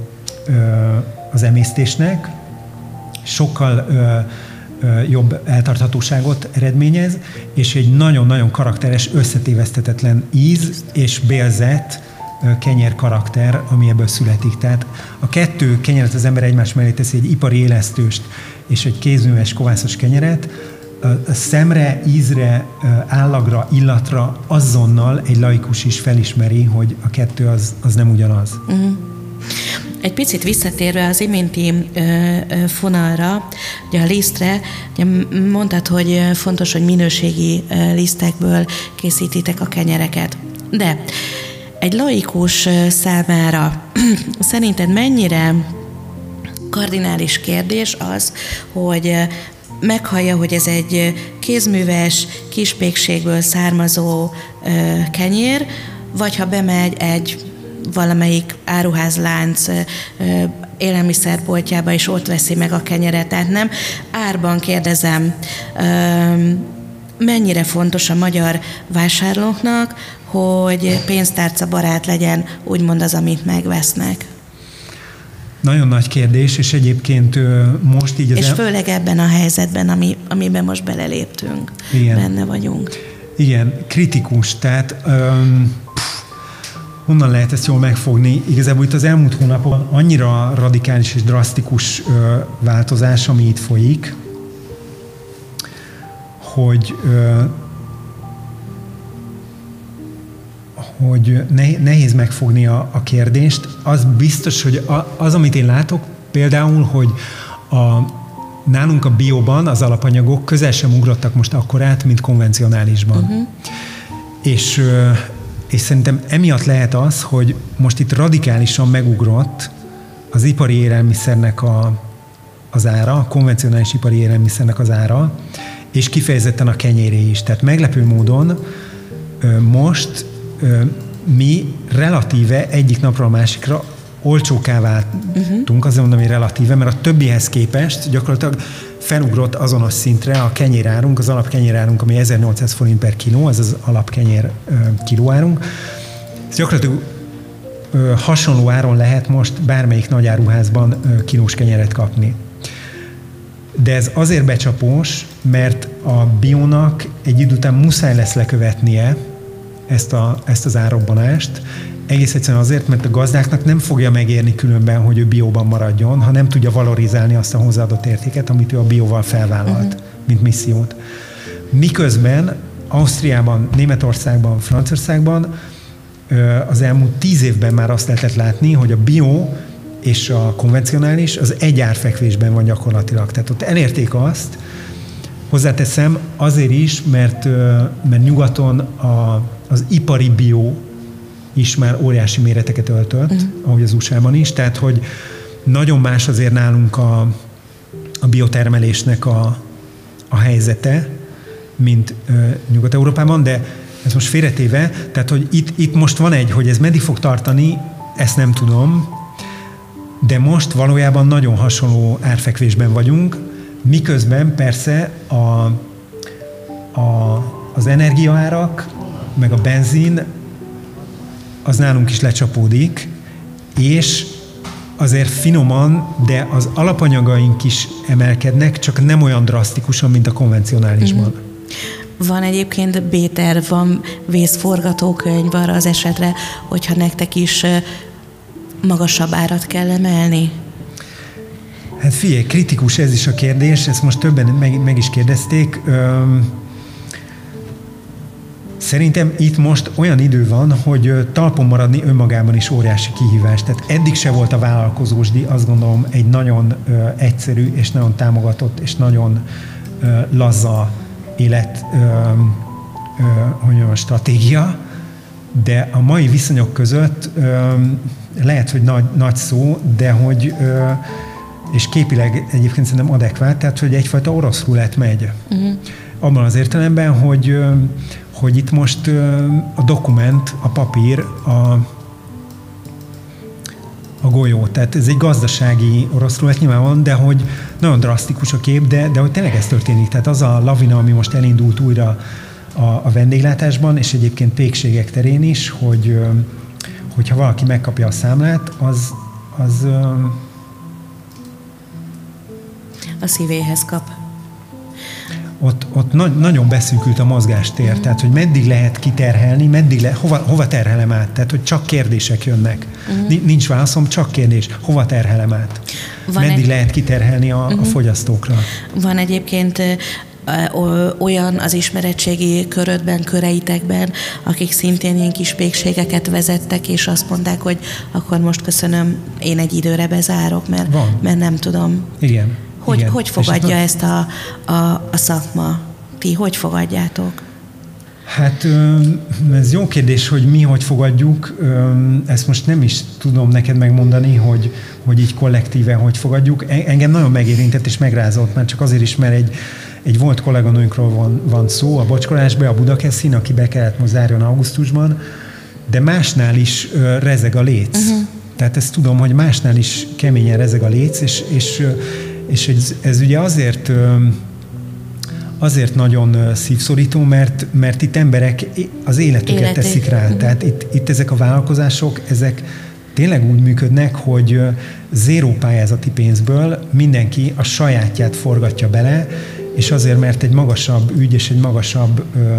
az emésztésnek, sokkal jobb eltarthatóságot eredményez, és egy nagyon-nagyon karakteres, összetéveszthetetlen íz és bélzett kenyér karakter, ami ebből születik. Tehát a kettő kenyeret az ember egymás mellé teszi, egy ipari élesztőst és egy kézműves kovászos kenyeret, a szemre, ízre, állagra, illatra azonnal egy laikus is felismeri, hogy a kettő az, az nem ugyanaz. Uh-huh. Egy picit visszatérve az iménti ö, ö, fonalra, ugye a lisztre, ugye mondtad, hogy fontos, hogy minőségi ö, lisztekből készítitek a kenyereket. De egy laikus számára szerinted mennyire kardinális kérdés az, hogy meghallja, hogy ez egy kézműves, kispékségből származó ö, kenyér, vagy ha bemegy egy valamelyik áruházlánc ö, élelmiszerboltjába, és ott veszi meg a kenyeret. Tehát nem árban kérdezem, ö, mennyire fontos a magyar vásárlóknak, hogy pénztárca barát legyen, úgymond az, amit megvesznek. Nagyon nagy kérdés, és egyébként most így... Az és el... főleg ebben a helyzetben, ami, amiben most beleléptünk, igen. Benne vagyunk. Igen, kritikus, tehát um, pff, honnan lehet ezt jól megfogni? Igazából itt az elmúlt hónapban annyira radikális és drasztikus uh, változás, ami itt folyik, hogy uh, hogy nehéz megfogni a, a kérdést. Az biztos, hogy az, amit én látok, például, hogy a, nálunk a bióban az alapanyagok közel sem ugrottak most akkorát, mint konvencionálisban. Uh-huh. És, és szerintem emiatt lehet az, hogy most itt radikálisan megugrott az ipari élelmiszernek a, az ára, a konvencionális ipari élelmiszernek az ára, és kifejezetten a kenyéré is. Tehát meglepő módon most mi relatíve egyik napról a másikra olcsóká váltunk, uh-huh. azért mondom, hogy relatíve, mert a többihez képest gyakorlatilag felugrott azonos szintre a kenyérárunk, az alapkenyérárunk, ami ezernyolcszáz forint per kiló, ez az alapkenyér kilóárunk. Ez gyakorlatilag hasonló áron lehet most bármelyik nagyáruházban kilós kenyeret kapni. De ez azért becsapós, mert a biónak egy idő után muszáj lesz lekövetnie ezt, a, ezt az árrobbanást. Egész egyszerűen azért, mert a gazdáknak nem fogja megérni különben, hogy ő bióban maradjon, ha nem tudja valorizálni azt a hozzáadott értéket, amit ő a bióval felvállalt, uh-huh. mint missziót. Miközben Ausztriában, Németországban, Franciaországban az elmúlt tíz évben már azt lehetett látni, hogy a bió és a konvencionális az egy árfekvésben van gyakorlatilag. Tehát ott elérték azt, hozzáteszem azért is, mert, mert nyugaton a, az ipari bió is már óriási méreteket öltött, uh-huh. ahogy az u es á-ban is, tehát hogy nagyon más azért nálunk a, a biotermelésnek a, a helyzete, mint ö, Nyugat-Európában, de ez most félretéve, tehát hogy itt, itt most van egy, hogy ez meddig fog tartani, ezt nem tudom, de most valójában nagyon hasonló árfekvésben vagyunk, miközben persze a, a, az energiaárak, meg a benzin, az nálunk is lecsapódik, és azért finoman, de az alapanyagaink is emelkednek, csak nem olyan drasztikusan, mint a konvencionálisban. Mm-hmm. Van egyébként B-terv, van vészforgatókönyv arra az esetre, hogyha nektek is magasabb árat kell emelni? Hát figyelj, kritikus ez is a kérdés, ezt most többen meg, meg is kérdezték. Üm, Szerintem itt most olyan idő van, hogy talpon maradni önmagában is óriási kihívás. Tehát eddig se volt a vállalkozósdi, azt gondolom, egy nagyon ö, egyszerű és nagyon támogatott és nagyon ö, lazza élet ö, ö, hogy mondjam, stratégia, de a mai viszonyok között ö, lehet, hogy nagy, nagy szó, de hogy ö, és képileg egyébként szerintem adekvát, tehát hogy egyfajta orosz rulett megy. Uh-huh. Abban az értelemben, hogy ö, hogy itt most a dokument, a papír, a, a golyó. Tehát ez egy gazdasági orosz rulett nyilvánvalóan, de hogy nagyon drasztikus a kép, de, de hogy tényleg ez történik. Tehát az a lavina, ami most elindult újra a, a vendéglátásban, és egyébként pékségek terén is, hogy hogyha valaki megkapja a számlát, az, az a szívéhez kap. Ott, ott na- nagyon beszűkült a mozgástér, uh-huh. tehát hogy meddig lehet kiterhelni, meddig le- hova, hova terhelem át, tehát hogy csak kérdések jönnek. Uh-huh. Nincs válaszom, csak kérdés, hova terhelem át. Van meddig egy... lehet kiterhelni a, uh-huh. a fogyasztókra. Van egyébként olyan az ismeretségi körödben, köreitekben, akik szintén ilyen kis pékségeket vezettek, és azt mondták, hogy akkor most köszönöm, én egy időre bezárok, mert, mert nem tudom. Igen. Hogy, Igen. hogy fogadja ezt a, a, a szakma? Ti hogy fogadjátok? Hát ez jó kérdés, hogy mi hogy fogadjuk. Ezt most nem is tudom neked megmondani, hogy, hogy így kollektíven hogy fogadjuk. Engem nagyon megérintett és megrázott, már csak azért is, mert egy, egy volt kolléganőnkről van, van szó a Bocskolásban, a Budakeszin, aki be kellett most zárjon augusztusban, de másnál is rezeg a léc. Uh-huh. Tehát ezt tudom, hogy másnál is keményen rezeg a léc, és, és, és ez, ez ugye azért... Azért nagyon szívszorító, mert, mert itt emberek az életüket Életét. teszik rá. Tehát itt, itt ezek a vállalkozások, ezek tényleg úgy működnek, hogy zéró pályázati pénzből mindenki a sajátját forgatja bele, és azért, mert egy magasabb ügy és egy magasabb ö,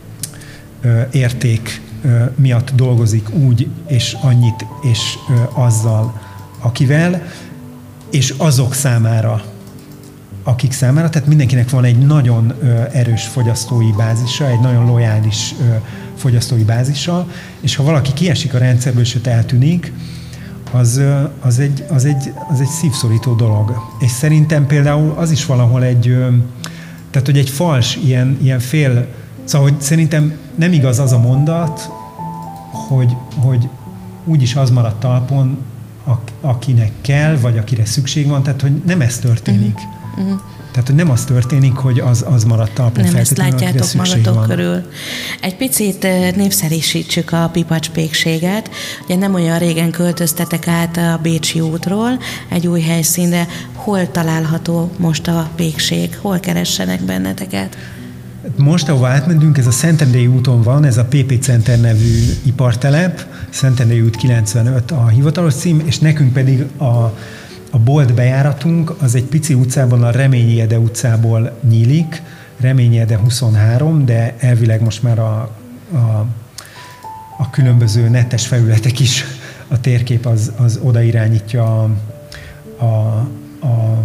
ö, érték ö, miatt dolgozik úgy, és annyit, és ö, azzal, akivel, és azok számára, akik számára, tehát mindenkinek van egy nagyon ö, erős fogyasztói bázisa, egy nagyon lojális ö, fogyasztói bázisa, és ha valaki kiesik a rendszerből, és eltűnik, az, ö, az, egy, az, egy, az egy szívszorító dolog. És szerintem például az is valahol egy, ö, tehát hogy egy fals, ilyen, ilyen fél, szóval hogy szerintem nem igaz az a mondat, hogy, hogy úgyis az maradt talpon, akinek kell, vagy akire szükség van, tehát hogy nem ez történik. Uh-huh. Uh-huh. Tehát, hogy nem az történik, hogy az, az maradt talpon nem feltétlenül, ezt látjátok magatok van. körül. Egy picit népszerűsítsük a pipacspékséget. Ugye nem olyan régen költöztetek át a Bécsi útról egy új helyszínre. Hol található most a pékség? Hol keressenek benneteket? Most, ahova átmentünk, ez a Szentendrei úton van, ez a pé pé Center nevű ipartelep, Szentendrei út kilencvenöt a hivatalos cím, és nekünk pedig a A bolt bejáratunk az egy pici utcában, a Reményi Ede utcából nyílik, Reményi Ede huszonhárom, de elvileg most már a, a, a különböző netes felületek is, a térkép az, az oda irányítja a, a, a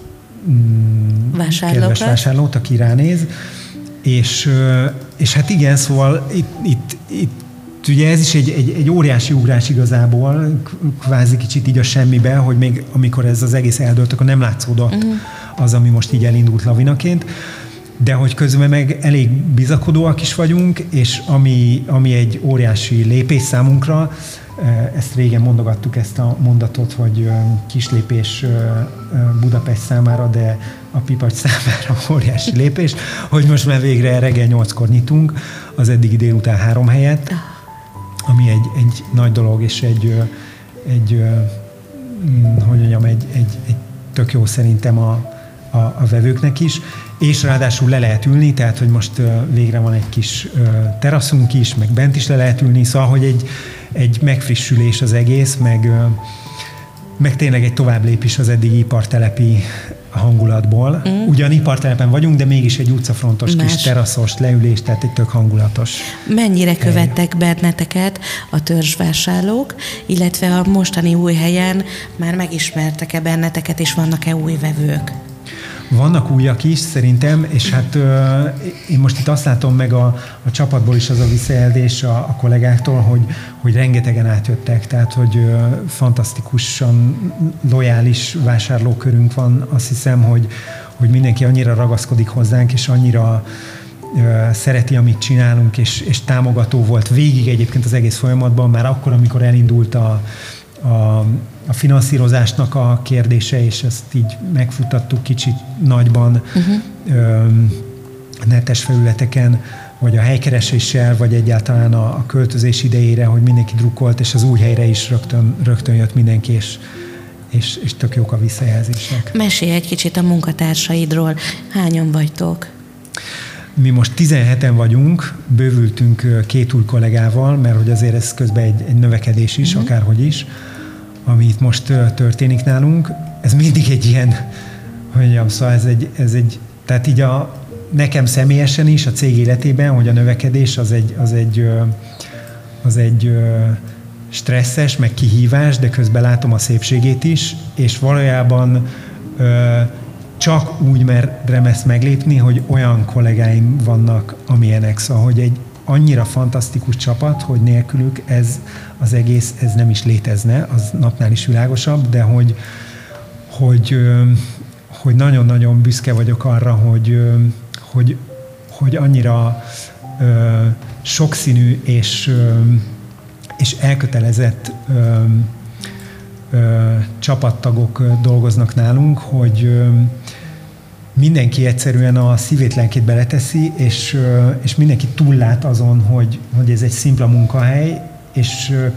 kedves vásárlót, aki ránéz. És, és hát igen, szóval itt, itt, itt ugye ez is egy, egy, egy óriási ugrás igazából, kvázi kicsit így a semmibe, hogy még amikor ez az egész eldőlt, akkor nem látszódott uh-huh. az, ami most így elindult lavinaként, de hogy közben meg elég bizakodóak is vagyunk, és ami, ami egy óriási lépés számunkra, ezt régen mondogattuk ezt a mondatot, hogy kis lépés Budapest számára, de a Pipacs számára óriási lépés, hogy most már végre reggel nyolckor nyitunk, az eddigi délután három helyett, ami egy, egy nagy dolog, és egy, egy hogy mondjam, egy, egy, egy tök jó szerintem a, a, a vevőknek is, és ráadásul le lehet ülni, tehát, hogy most végre van egy kis teraszunk is, meg bent is le lehet ülni, szóval, hogy egy, egy megfrissülés az egész, meg, meg tényleg egy továbblépés az eddigi ipartelepi hangulatból. Mm. Ugyan ipartelepen vagyunk, de mégis egy utcafrontos Más. kis teraszos leülés, tehát egy tök hangulatos. Mennyire hely. Követtek benneteket a törzsvásárlók, illetve a mostani új helyen már megismertek-e benneteket, és vannak-e új vevők? Vannak újak is szerintem, és hát euh, én most itt azt látom meg a, a csapatból is az a visszajelzés a, a kollégáktól, hogy, hogy rengetegen átjöttek, tehát hogy euh, fantasztikusan lojális vásárlókörünk van. Azt hiszem, hogy, hogy mindenki annyira ragaszkodik hozzánk, és annyira euh, szereti, amit csinálunk, és, és támogató volt végig egyébként az egész folyamatban, már akkor, amikor elindult a A, a finanszírozásnak a kérdése, és ezt így megfuttattuk kicsit nagyban, uh-huh. ö, netes felületeken, vagy a helykereséssel, vagy egyáltalán a, a költözés idejére, hogy mindenki drukkolt, és az új helyre is rögtön, rögtön jött mindenki, és, és, és tök jók a visszajelzések. Mesélj egy kicsit a munkatársaidról. Hányan vagytok? Mi most tizenheten vagyunk, bővültünk két új kollégával, mert hogy azért ez közben egy, egy növekedés is, uh-huh. akárhogy is, ami itt most történik nálunk. Ez mindig egy ilyen, hogy mondjam, szóval ez egy, ez egy tehát így a, nekem személyesen is, a cég életében, hogy a növekedés az egy, az egy, az egy stresszes, meg kihívás, de közben látom a szépségét is, és valójában csak úgy merem ezt meglépni, hogy olyan kollégáim vannak, amilyenek, szóval, hogy egy annyira fantasztikus csapat, hogy nélkülük ez az egész, ez nem is létezne, az napnál is világosabb, de hogy, hogy, hogy nagyon-nagyon büszke vagyok arra, hogy, hogy, hogy annyira ö, sokszínű és, ö, és elkötelezett ö, ö, csapattagok dolgoznak nálunk, hogy ö, mindenki egyszerűen a szívét, lelkét beleteszi, és, ö, és mindenki túllát azon, hogy, hogy ez egy szimpla munkahely, és ö,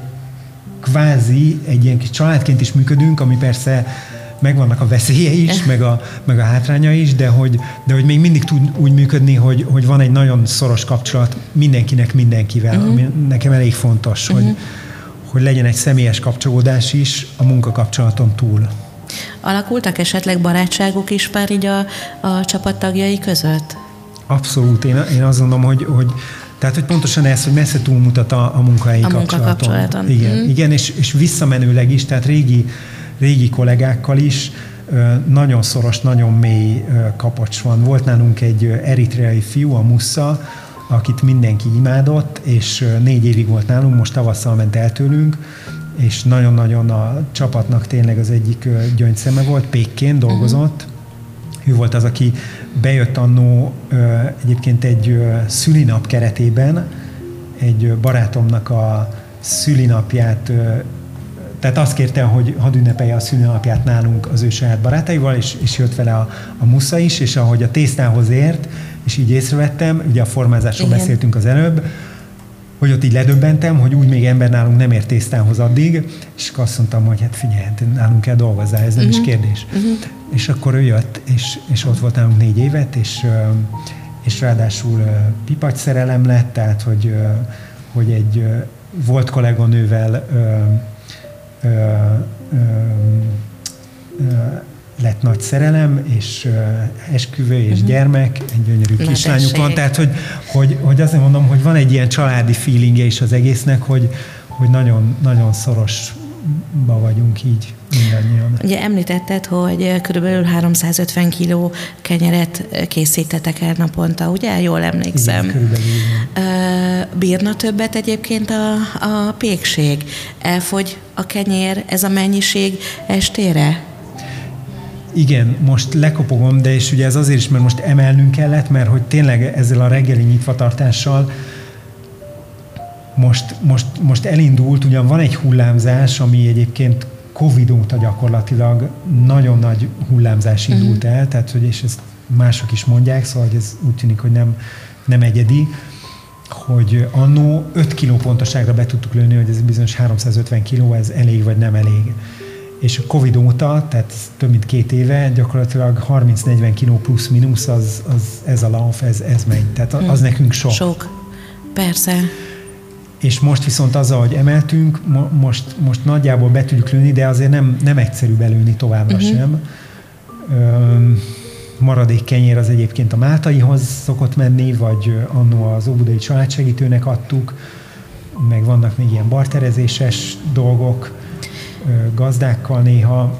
kvázi egy ilyen kis családként is működünk, ami persze megvannak a veszélyei is, meg a, meg a hátrányai is, de hogy, de hogy még mindig tud úgy működni, hogy, hogy van egy nagyon szoros kapcsolat mindenkinek mindenkivel, uh-huh. ami nekem elég fontos, uh-huh. hogy, hogy legyen egy személyes kapcsolódás is a munkakapcsolaton túl. Alakultak esetleg barátságok is már így a, a csapattagjai között? Abszolút. Én, én azt gondolom, hogy, hogy tehát, hogy pontosan ez, hogy messze túlmutat a, a munkahelyi kapcsolaton. Munkakapcsolaton. Igen, mm. igen és, és visszamenőleg is, tehát régi, régi kollégákkal is nagyon szoros, nagyon mély kapocs van. Volt nálunk egy eritreai fiú, a Mussa, akit mindenki imádott, és négy évig volt nálunk, most tavasszal ment el tőlünk, és nagyon-nagyon a csapatnak tényleg az egyik gyöngyszeme volt, pékként dolgozott. Mm. Ő volt az, aki bejött annó egyébként egy szülinap keretében, egy barátomnak a szülinapját, tehát azt kérte, hogy hadd ünnepelje a szülinapját nálunk az ő saját barátaival, és, és jött vele a, a Musza is, és ahogy a tésztához ért, és így észrevettem, ugye a formázásról Igen. beszéltünk az előbb, hogy ott így ledöbbentem, hogy úgy még ember nálunk nem ért tésztához addig, és azt mondtam, hogy hát figyelj, nálunk kell dolgozzál, ez nem uh-huh. is kérdés. Uh-huh. És akkor ő jött, és, és ott volt nálunk négy évet, és, és ráadásul pipacs szerelem lett, tehát hogy, hogy egy volt kolléganővel ö, ö, ö, ö, lett nagy szerelem, és uh, esküvő, és uh-huh. gyermek, egy gyönyörű Na kislányuk van, tehát hogy, hogy, hogy azért mondom, hogy van egy ilyen családi feelingje is az egésznek, hogy, hogy nagyon, nagyon szorosba vagyunk így mindannyian. Ugye említetted, hogy körülbelül háromszázötven kiló kenyeret készítetek el naponta, ugye? Jól emlékszem. Igen, körülbelül. Bírna többet egyébként a, a pékség? Elfogy a kenyér, ez a mennyiség estére? Igen, most lekopogom, de és ugye ez azért is, mert most emelnünk kellett, mert hogy tényleg ezzel a reggeli nyitvatartással most, most, most elindult, ugyan van egy hullámzás, ami egyébként Covid óta gyakorlatilag nagyon nagy hullámzás indult el, tehát hogy és ezt mások is mondják, szóval hogy ez úgy tűnik, hogy nem, nem egyedi, hogy annó öt kiló pontoságra be tudtuk lőni, hogy ez bizonyos háromszázötven kiló, ez elég vagy nem elég. És a Covid óta, tehát több mint két éve, gyakorlatilag harminc-negyven kiló plusz-minusz, az, az ez a lauf, ez, ez megy. Tehát az hmm. nekünk sok. Sok, persze. És most viszont azzal, hogy emeltünk, mo- most, most nagyjából be tudjuk lőni, de azért nem, nem egyszerű belőni továbbra uh-huh. sem. Üm, maradék kenyér az egyébként a Máltaihoz szokott menni, vagy annó az óbudai családsegítőnek adtuk, meg vannak még ilyen barterezéses dolgok, gazdákkal néha.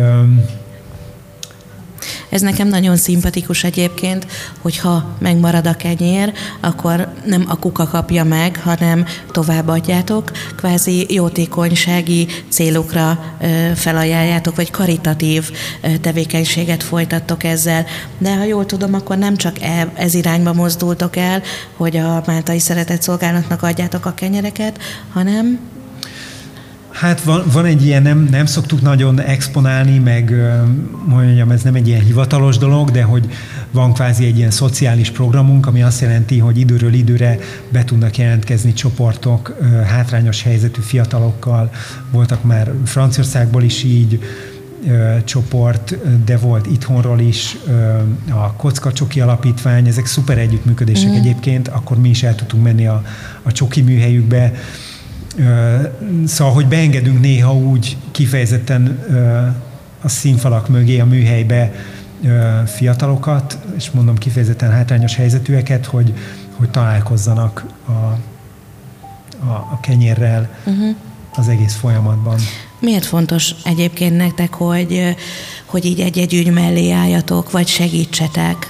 Ez nekem nagyon szimpatikus egyébként, hogyha megmarad a kenyér, akkor nem a kuka kapja meg, hanem továbbadjátok, kvázi jótékonysági célokra felajánljátok, vagy karitatív tevékenységet folytattok ezzel. De ha jól tudom, akkor nem csak ez irányba mozdultok el, hogy a Máltai Szeretetszolgálatnak adjátok a kenyereket, hanem... Hát van, van egy ilyen, nem, nem szoktuk nagyon exponálni, meg mondjam, ez nem egy ilyen hivatalos dolog, de hogy van kvázi egy ilyen szociális programunk, ami azt jelenti, hogy időről időre be tudnak jelentkezni csoportok hátrányos helyzetű fiatalokkal. Voltak már Franciaországból is így csoport, de volt itthonról is a Kocka Csoki Alapítvány, ezek szuper együttműködések mm. egyébként, akkor mi is el tudtunk menni a, a csoki műhelyükbe. Szóval, hogy beengedünk néha úgy kifejezetten a színfalak mögé, a műhelybe fiatalokat, és mondom kifejezetten hátrányos helyzetűeket, hogy, hogy találkozzanak a, a, a kenyérrel uh-huh. az egész folyamatban. Miért fontos egyébként nektek, hogy, hogy így egy-egy ügy mellé álljatok, vagy segítsetek?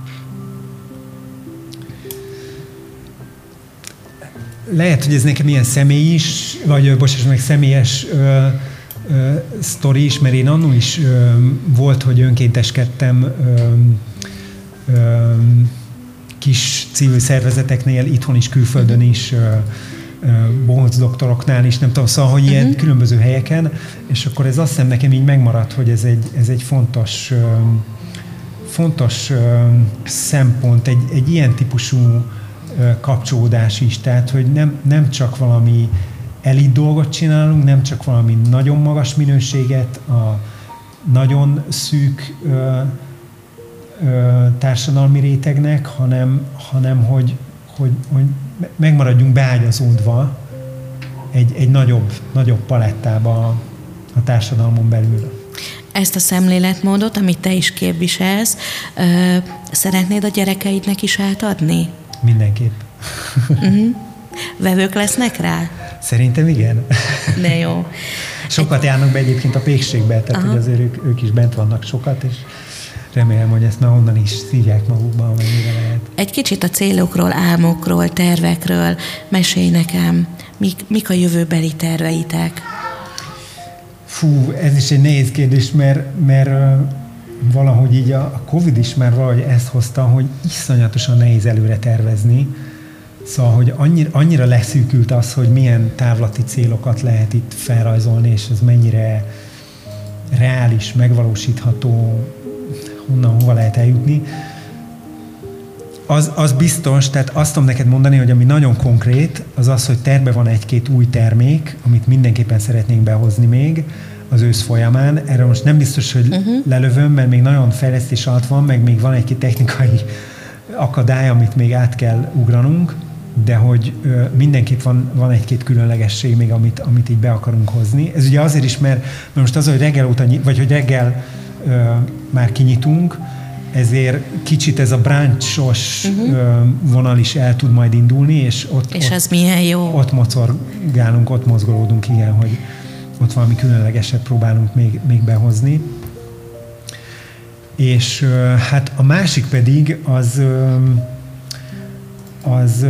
Lehet, hogy ez nekem ilyen személy is, vagy bocsánat, meg személyes ö, ö, sztori is, mert én annól is ö, volt, hogy önkénteskedtem ö, ö, kis civil szervezeteknél, itthon is, külföldön is, bohóc doktoroknál is, nem tudom, szóval, hogy ilyen uh-huh. különböző helyeken, és akkor ez azt hiszem nekem így megmaradt, hogy ez egy, ez egy fontos, fontos szempont, egy, egy ilyen típusú kapcsolódás is, tehát, hogy nem, nem csak valami elit dolgot csinálunk, nem csak valami nagyon magas minőséget, a nagyon szűk ö, ö, társadalmi rétegnek, hanem, hanem hogy, hogy, hogy megmaradjunk beágyazódva egy, egy nagyobb, nagyobb palettába a, a társadalmon belül. Ezt a szemléletmódot, amit te is képviselsz, ö, szeretnéd a gyerekeidnek is átadni? Mindenképp. Uh-huh. Vevők lesznek rá? Szerintem igen. De jó. Sokat Egy... járnak be egyébként a pékségbe, tehát hogy azért ők, ők is bent vannak sokat, és remélem, hogy ezt már onnan is szívják magukban, amennyire lehet. Egy kicsit a célokról, álmokról, tervekről mesélj nekem. Mik, mik a jövőbeli terveitek? Fú, ez is egy nehéz kérdés, mert, mert valahogy így a Covid is már valahogy ezt hozta, hogy iszonyatosan nehéz előre tervezni. Szóval, hogy annyira, annyira leszűkült az, hogy milyen távlati célokat lehet itt felrajzolni, és ez mennyire reális, megvalósítható, honnan, hova lehet eljutni. Az, az biztos, tehát azt tudom neked mondani, hogy ami nagyon konkrét, az az, hogy terve van egy-két új termék, amit mindenképpen szeretnénk behozni még az ősz folyamán. Erre most nem biztos, hogy uh-huh. lelövöm, mert még nagyon fejlesztés alatt van, meg még van egy-két technikai akadály, amit még át kell ugranunk, de hogy ö, mindenképp van, van egy-két különlegesség még, amit, amit így be akarunk hozni. Ez ugye azért is, mert, mert most az, hogy reggel óta, vagy hogy reggel ö, már kinyitunk, ezért kicsit ez a brunchos uh-huh. vonal is el tud majd indulni, és ott, és ott, az milyen jó. Ott mocorgálunk, ott mozgolódunk, igen, hogy ott valami különlegeset próbálunk még, még behozni. És hát a másik pedig az, az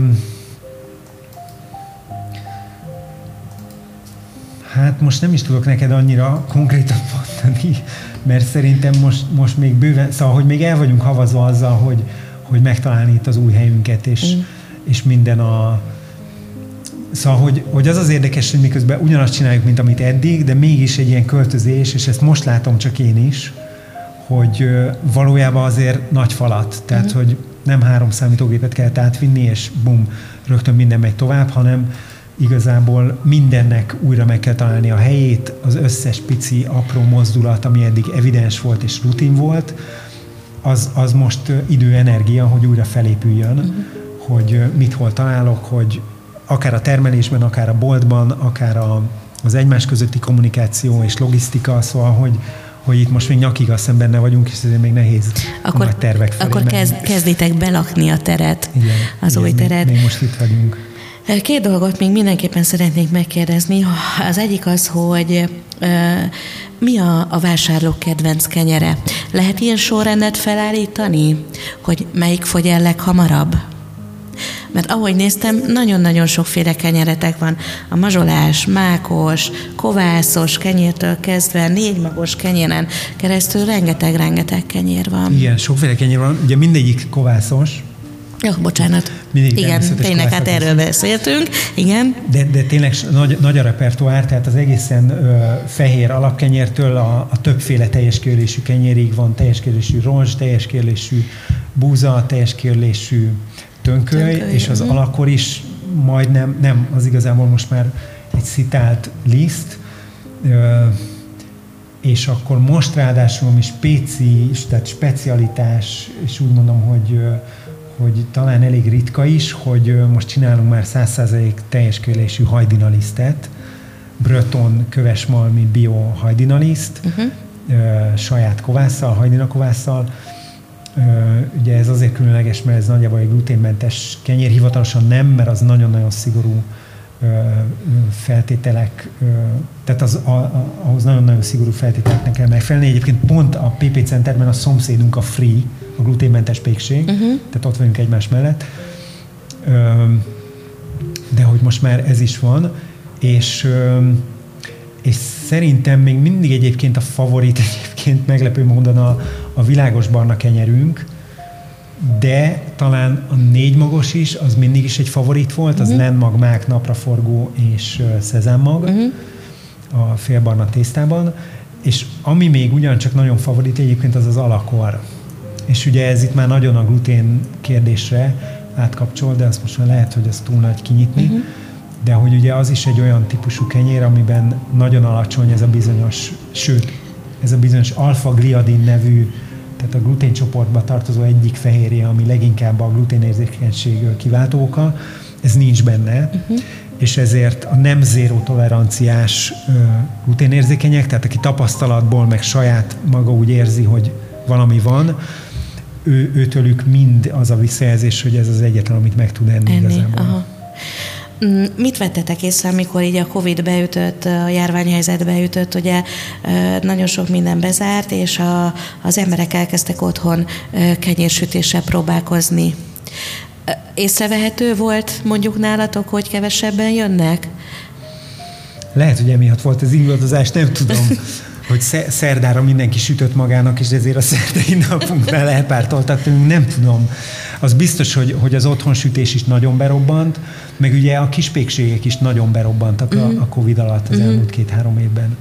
hát most nem is tudok neked annyira konkrétan mondani, mert szerintem most, most még bőven, szóval, hogy még el vagyunk havazva azzal, hogy, hogy megtalálni itt az új helyünket, és, mm. és minden a... Szóval, hogy, hogy az az érdekes, hogy miközben ugyanazt csináljuk, mint amit eddig, de mégis egy ilyen költözés, és ezt most látom csak én is, hogy valójában azért nagy falat, tehát, mm. hogy nem három számítógépet kellett átvinni, és bum, rögtön minden megy tovább, hanem igazából mindennek újra meg kell találni a helyét, az összes pici, apró mozdulat, ami eddig evidens volt és rutin volt, az, az most idő, energia, hogy újra felépüljön, uh-huh. hogy mit hol találok, hogy akár a termelésben, akár a boltban, akár a, az egymás közötti kommunikáció és logisztika, szóval, hogy, hogy itt most még nyakig azt hiszem benne vagyunk, és ezért még nehéz akkor, nagy tervek felé Akkor kezd, kezditek belakni a teret, igen, az igen, új teret. Még, még most itt vagyunk. Két dolgot még mindenképpen szeretnék megkérdezni. Az egyik az, hogy uh, mi a, a vásárlók kedvenc kenyere? Lehet ilyen sorrendet felállítani, hogy melyik fogy el leghamarabb? Mert ahogy néztem, nagyon-nagyon sokféle kenyeretek van. A mazsolás, mákos, kovászos kenyértől kezdve négymagos kenyéren keresztül rengeteg-rengeteg kenyér van. Igen, sokféle kenyér van. Ugye mindegyik kovászos. Jó, bocsánat. Mindig igen, tényleg, hát erről beszéltünk. Igen. De, de tényleg nagy, nagy a repertoár, tehát az egészen ö, fehér alapkenyértől a, a többféle teljes kiölésű kenyérig van, teljes kiölésű ronzs, teljes kiölésű búza, teljes kiölésű tönköly, tönköly, és az uh-huh. alakor is majdnem, nem, az igazából most már egy szitált liszt, ö, és akkor most ráadásul mi spéci, tehát specialitás, és úgy mondom, hogy hogy talán elég ritka is, hogy most csinálunk már száz százalék teljes kiölésű hajdinalisztet, Breton kövesmalmi bio hajdinaliszt, uh-huh. saját kovásszal, hajdinakovásszal. Ugye ez azért különleges, mert ez nagyjából egy gluténmentes kenyér, hivatalosan nem, mert az nagyon-nagyon szigorú feltételek, tehát az, a, a, ahhoz nagyon-nagyon szigorú feltételeknek kell megfelelni. Egyébként pont a pé pé Centerben a szomszédunk a Free, a gluténmentes pékség, uh-huh. tehát ott vagyunk egymás mellett. De hogy most már ez is van, és, és szerintem még mindig egyébként a favorit, egyébként meglepő módon a, a világos barna kenyerünk, de talán a négy magos is, az mindig is egy favorit volt, az uh-huh. lenmag, mák, napraforgó és uh, szezámmag uh-huh. a félbarna tésztában, és ami még ugyancsak nagyon favorit egyébként, az az alakor. És ugye ez itt már nagyon a glutén kérdésre átkapcsol, de azt most már lehet, hogy az túl nagy kinyitni, uh-huh. de hogy ugye az is egy olyan típusú kenyér, amiben nagyon alacsony ez a bizonyos, sőt, ez a bizonyos alfa-gliadin nevű, tehát a glutén csoportba tartozó egyik fehérje, ami leginkább a gluténérzékenység kiváltó oka, ez nincs benne, uh-huh. és ezért a nem zéró toleranciás gluténérzékenyek, tehát aki tapasztalatból meg saját maga úgy érzi, hogy valami van, ő, őtőlük mind az a visszajelzés, hogy ez az egyetlen, amit meg tud enni, enni igazából. Aha. Mit vettetek észre, amikor így a Covid beütött, a járványhelyzet beütött, ugye nagyon sok minden bezárt, és a, az emberek elkezdtek otthon kenyérsütéssel próbálkozni. Észrevehető volt mondjuk nálatok, hogy kevesebben jönnek? Lehet, hogy emiatt volt az ingadozás, nem tudom, hogy szerdára mindenki sütött magának, és ezért a szerdai napunknál elpártoltattunk, nem tudom. Az biztos, hogy, hogy az otthonsütés is nagyon berobbant, meg ugye a kispékségek is nagyon berobbantak mm-hmm. a, a Covid alatt az mm-hmm. elmúlt két-három évben.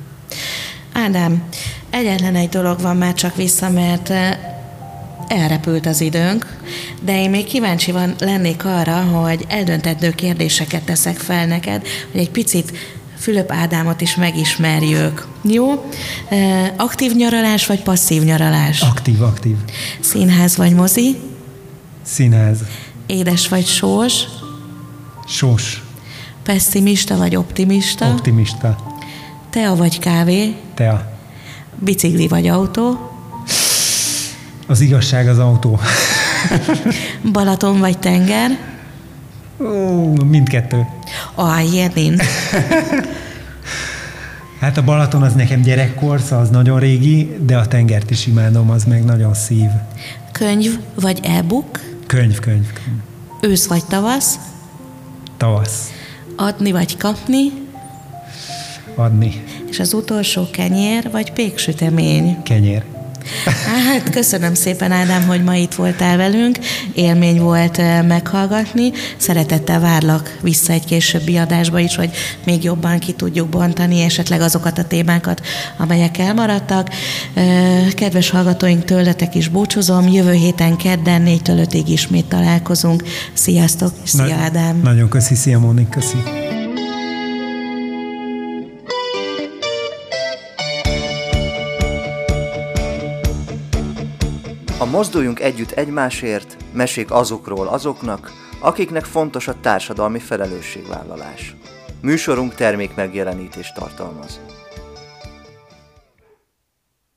Ádám, egyetlen egy dolog van már csak vissza, mert elrepült az időnk, de én még kíváncsi van, lennék arra, hogy eldöntető kérdéseket teszek fel neked, hogy egy picit Fülöp Ádámot is megismerjük. Jó? Aktív nyaralás vagy passzív nyaralás? Aktív, aktív. Színház vagy mozi? Színház. Édes vagy sós? Sós. Pessimista vagy optimista? Optimista. Tea vagy kávé? Tea. Bicikli vagy autó? Az igazság az autó. Balaton vagy tenger? Ó, mindkettő. Ah, ilyen nincs. Hát a Balaton az nekem gyerekkor, szóval az nagyon régi, de a tengert is imádom, az meg nagyon szív. Könyv vagy e-book? Könyv, könyv, könyv. Ősz vagy tavasz? Tavasz. Adni vagy kapni? Adni. És az utolsó kenyér vagy péksütemény? Kenyér. Hát köszönöm szépen, Ádám, hogy ma itt voltál velünk. Élmény volt meghallgatni. Szeretettel várlak vissza egy későbbi adásba is, hogy még jobban ki tudjuk bontani esetleg azokat a témákat, amelyek elmaradtak. Kedves hallgatóink, tőletek is búcsúzom. Jövő héten kedden négytől ötig ismét találkozunk. Sziasztok, és szia, Na- Ádám! Nagyon köszi, szia Mónik, köszi! A Mozduljunk együtt egymásért, mesék azokról azoknak, akiknek fontos a társadalmi felelősségvállalás. Műsorunk termék megjelenítést tartalmaz.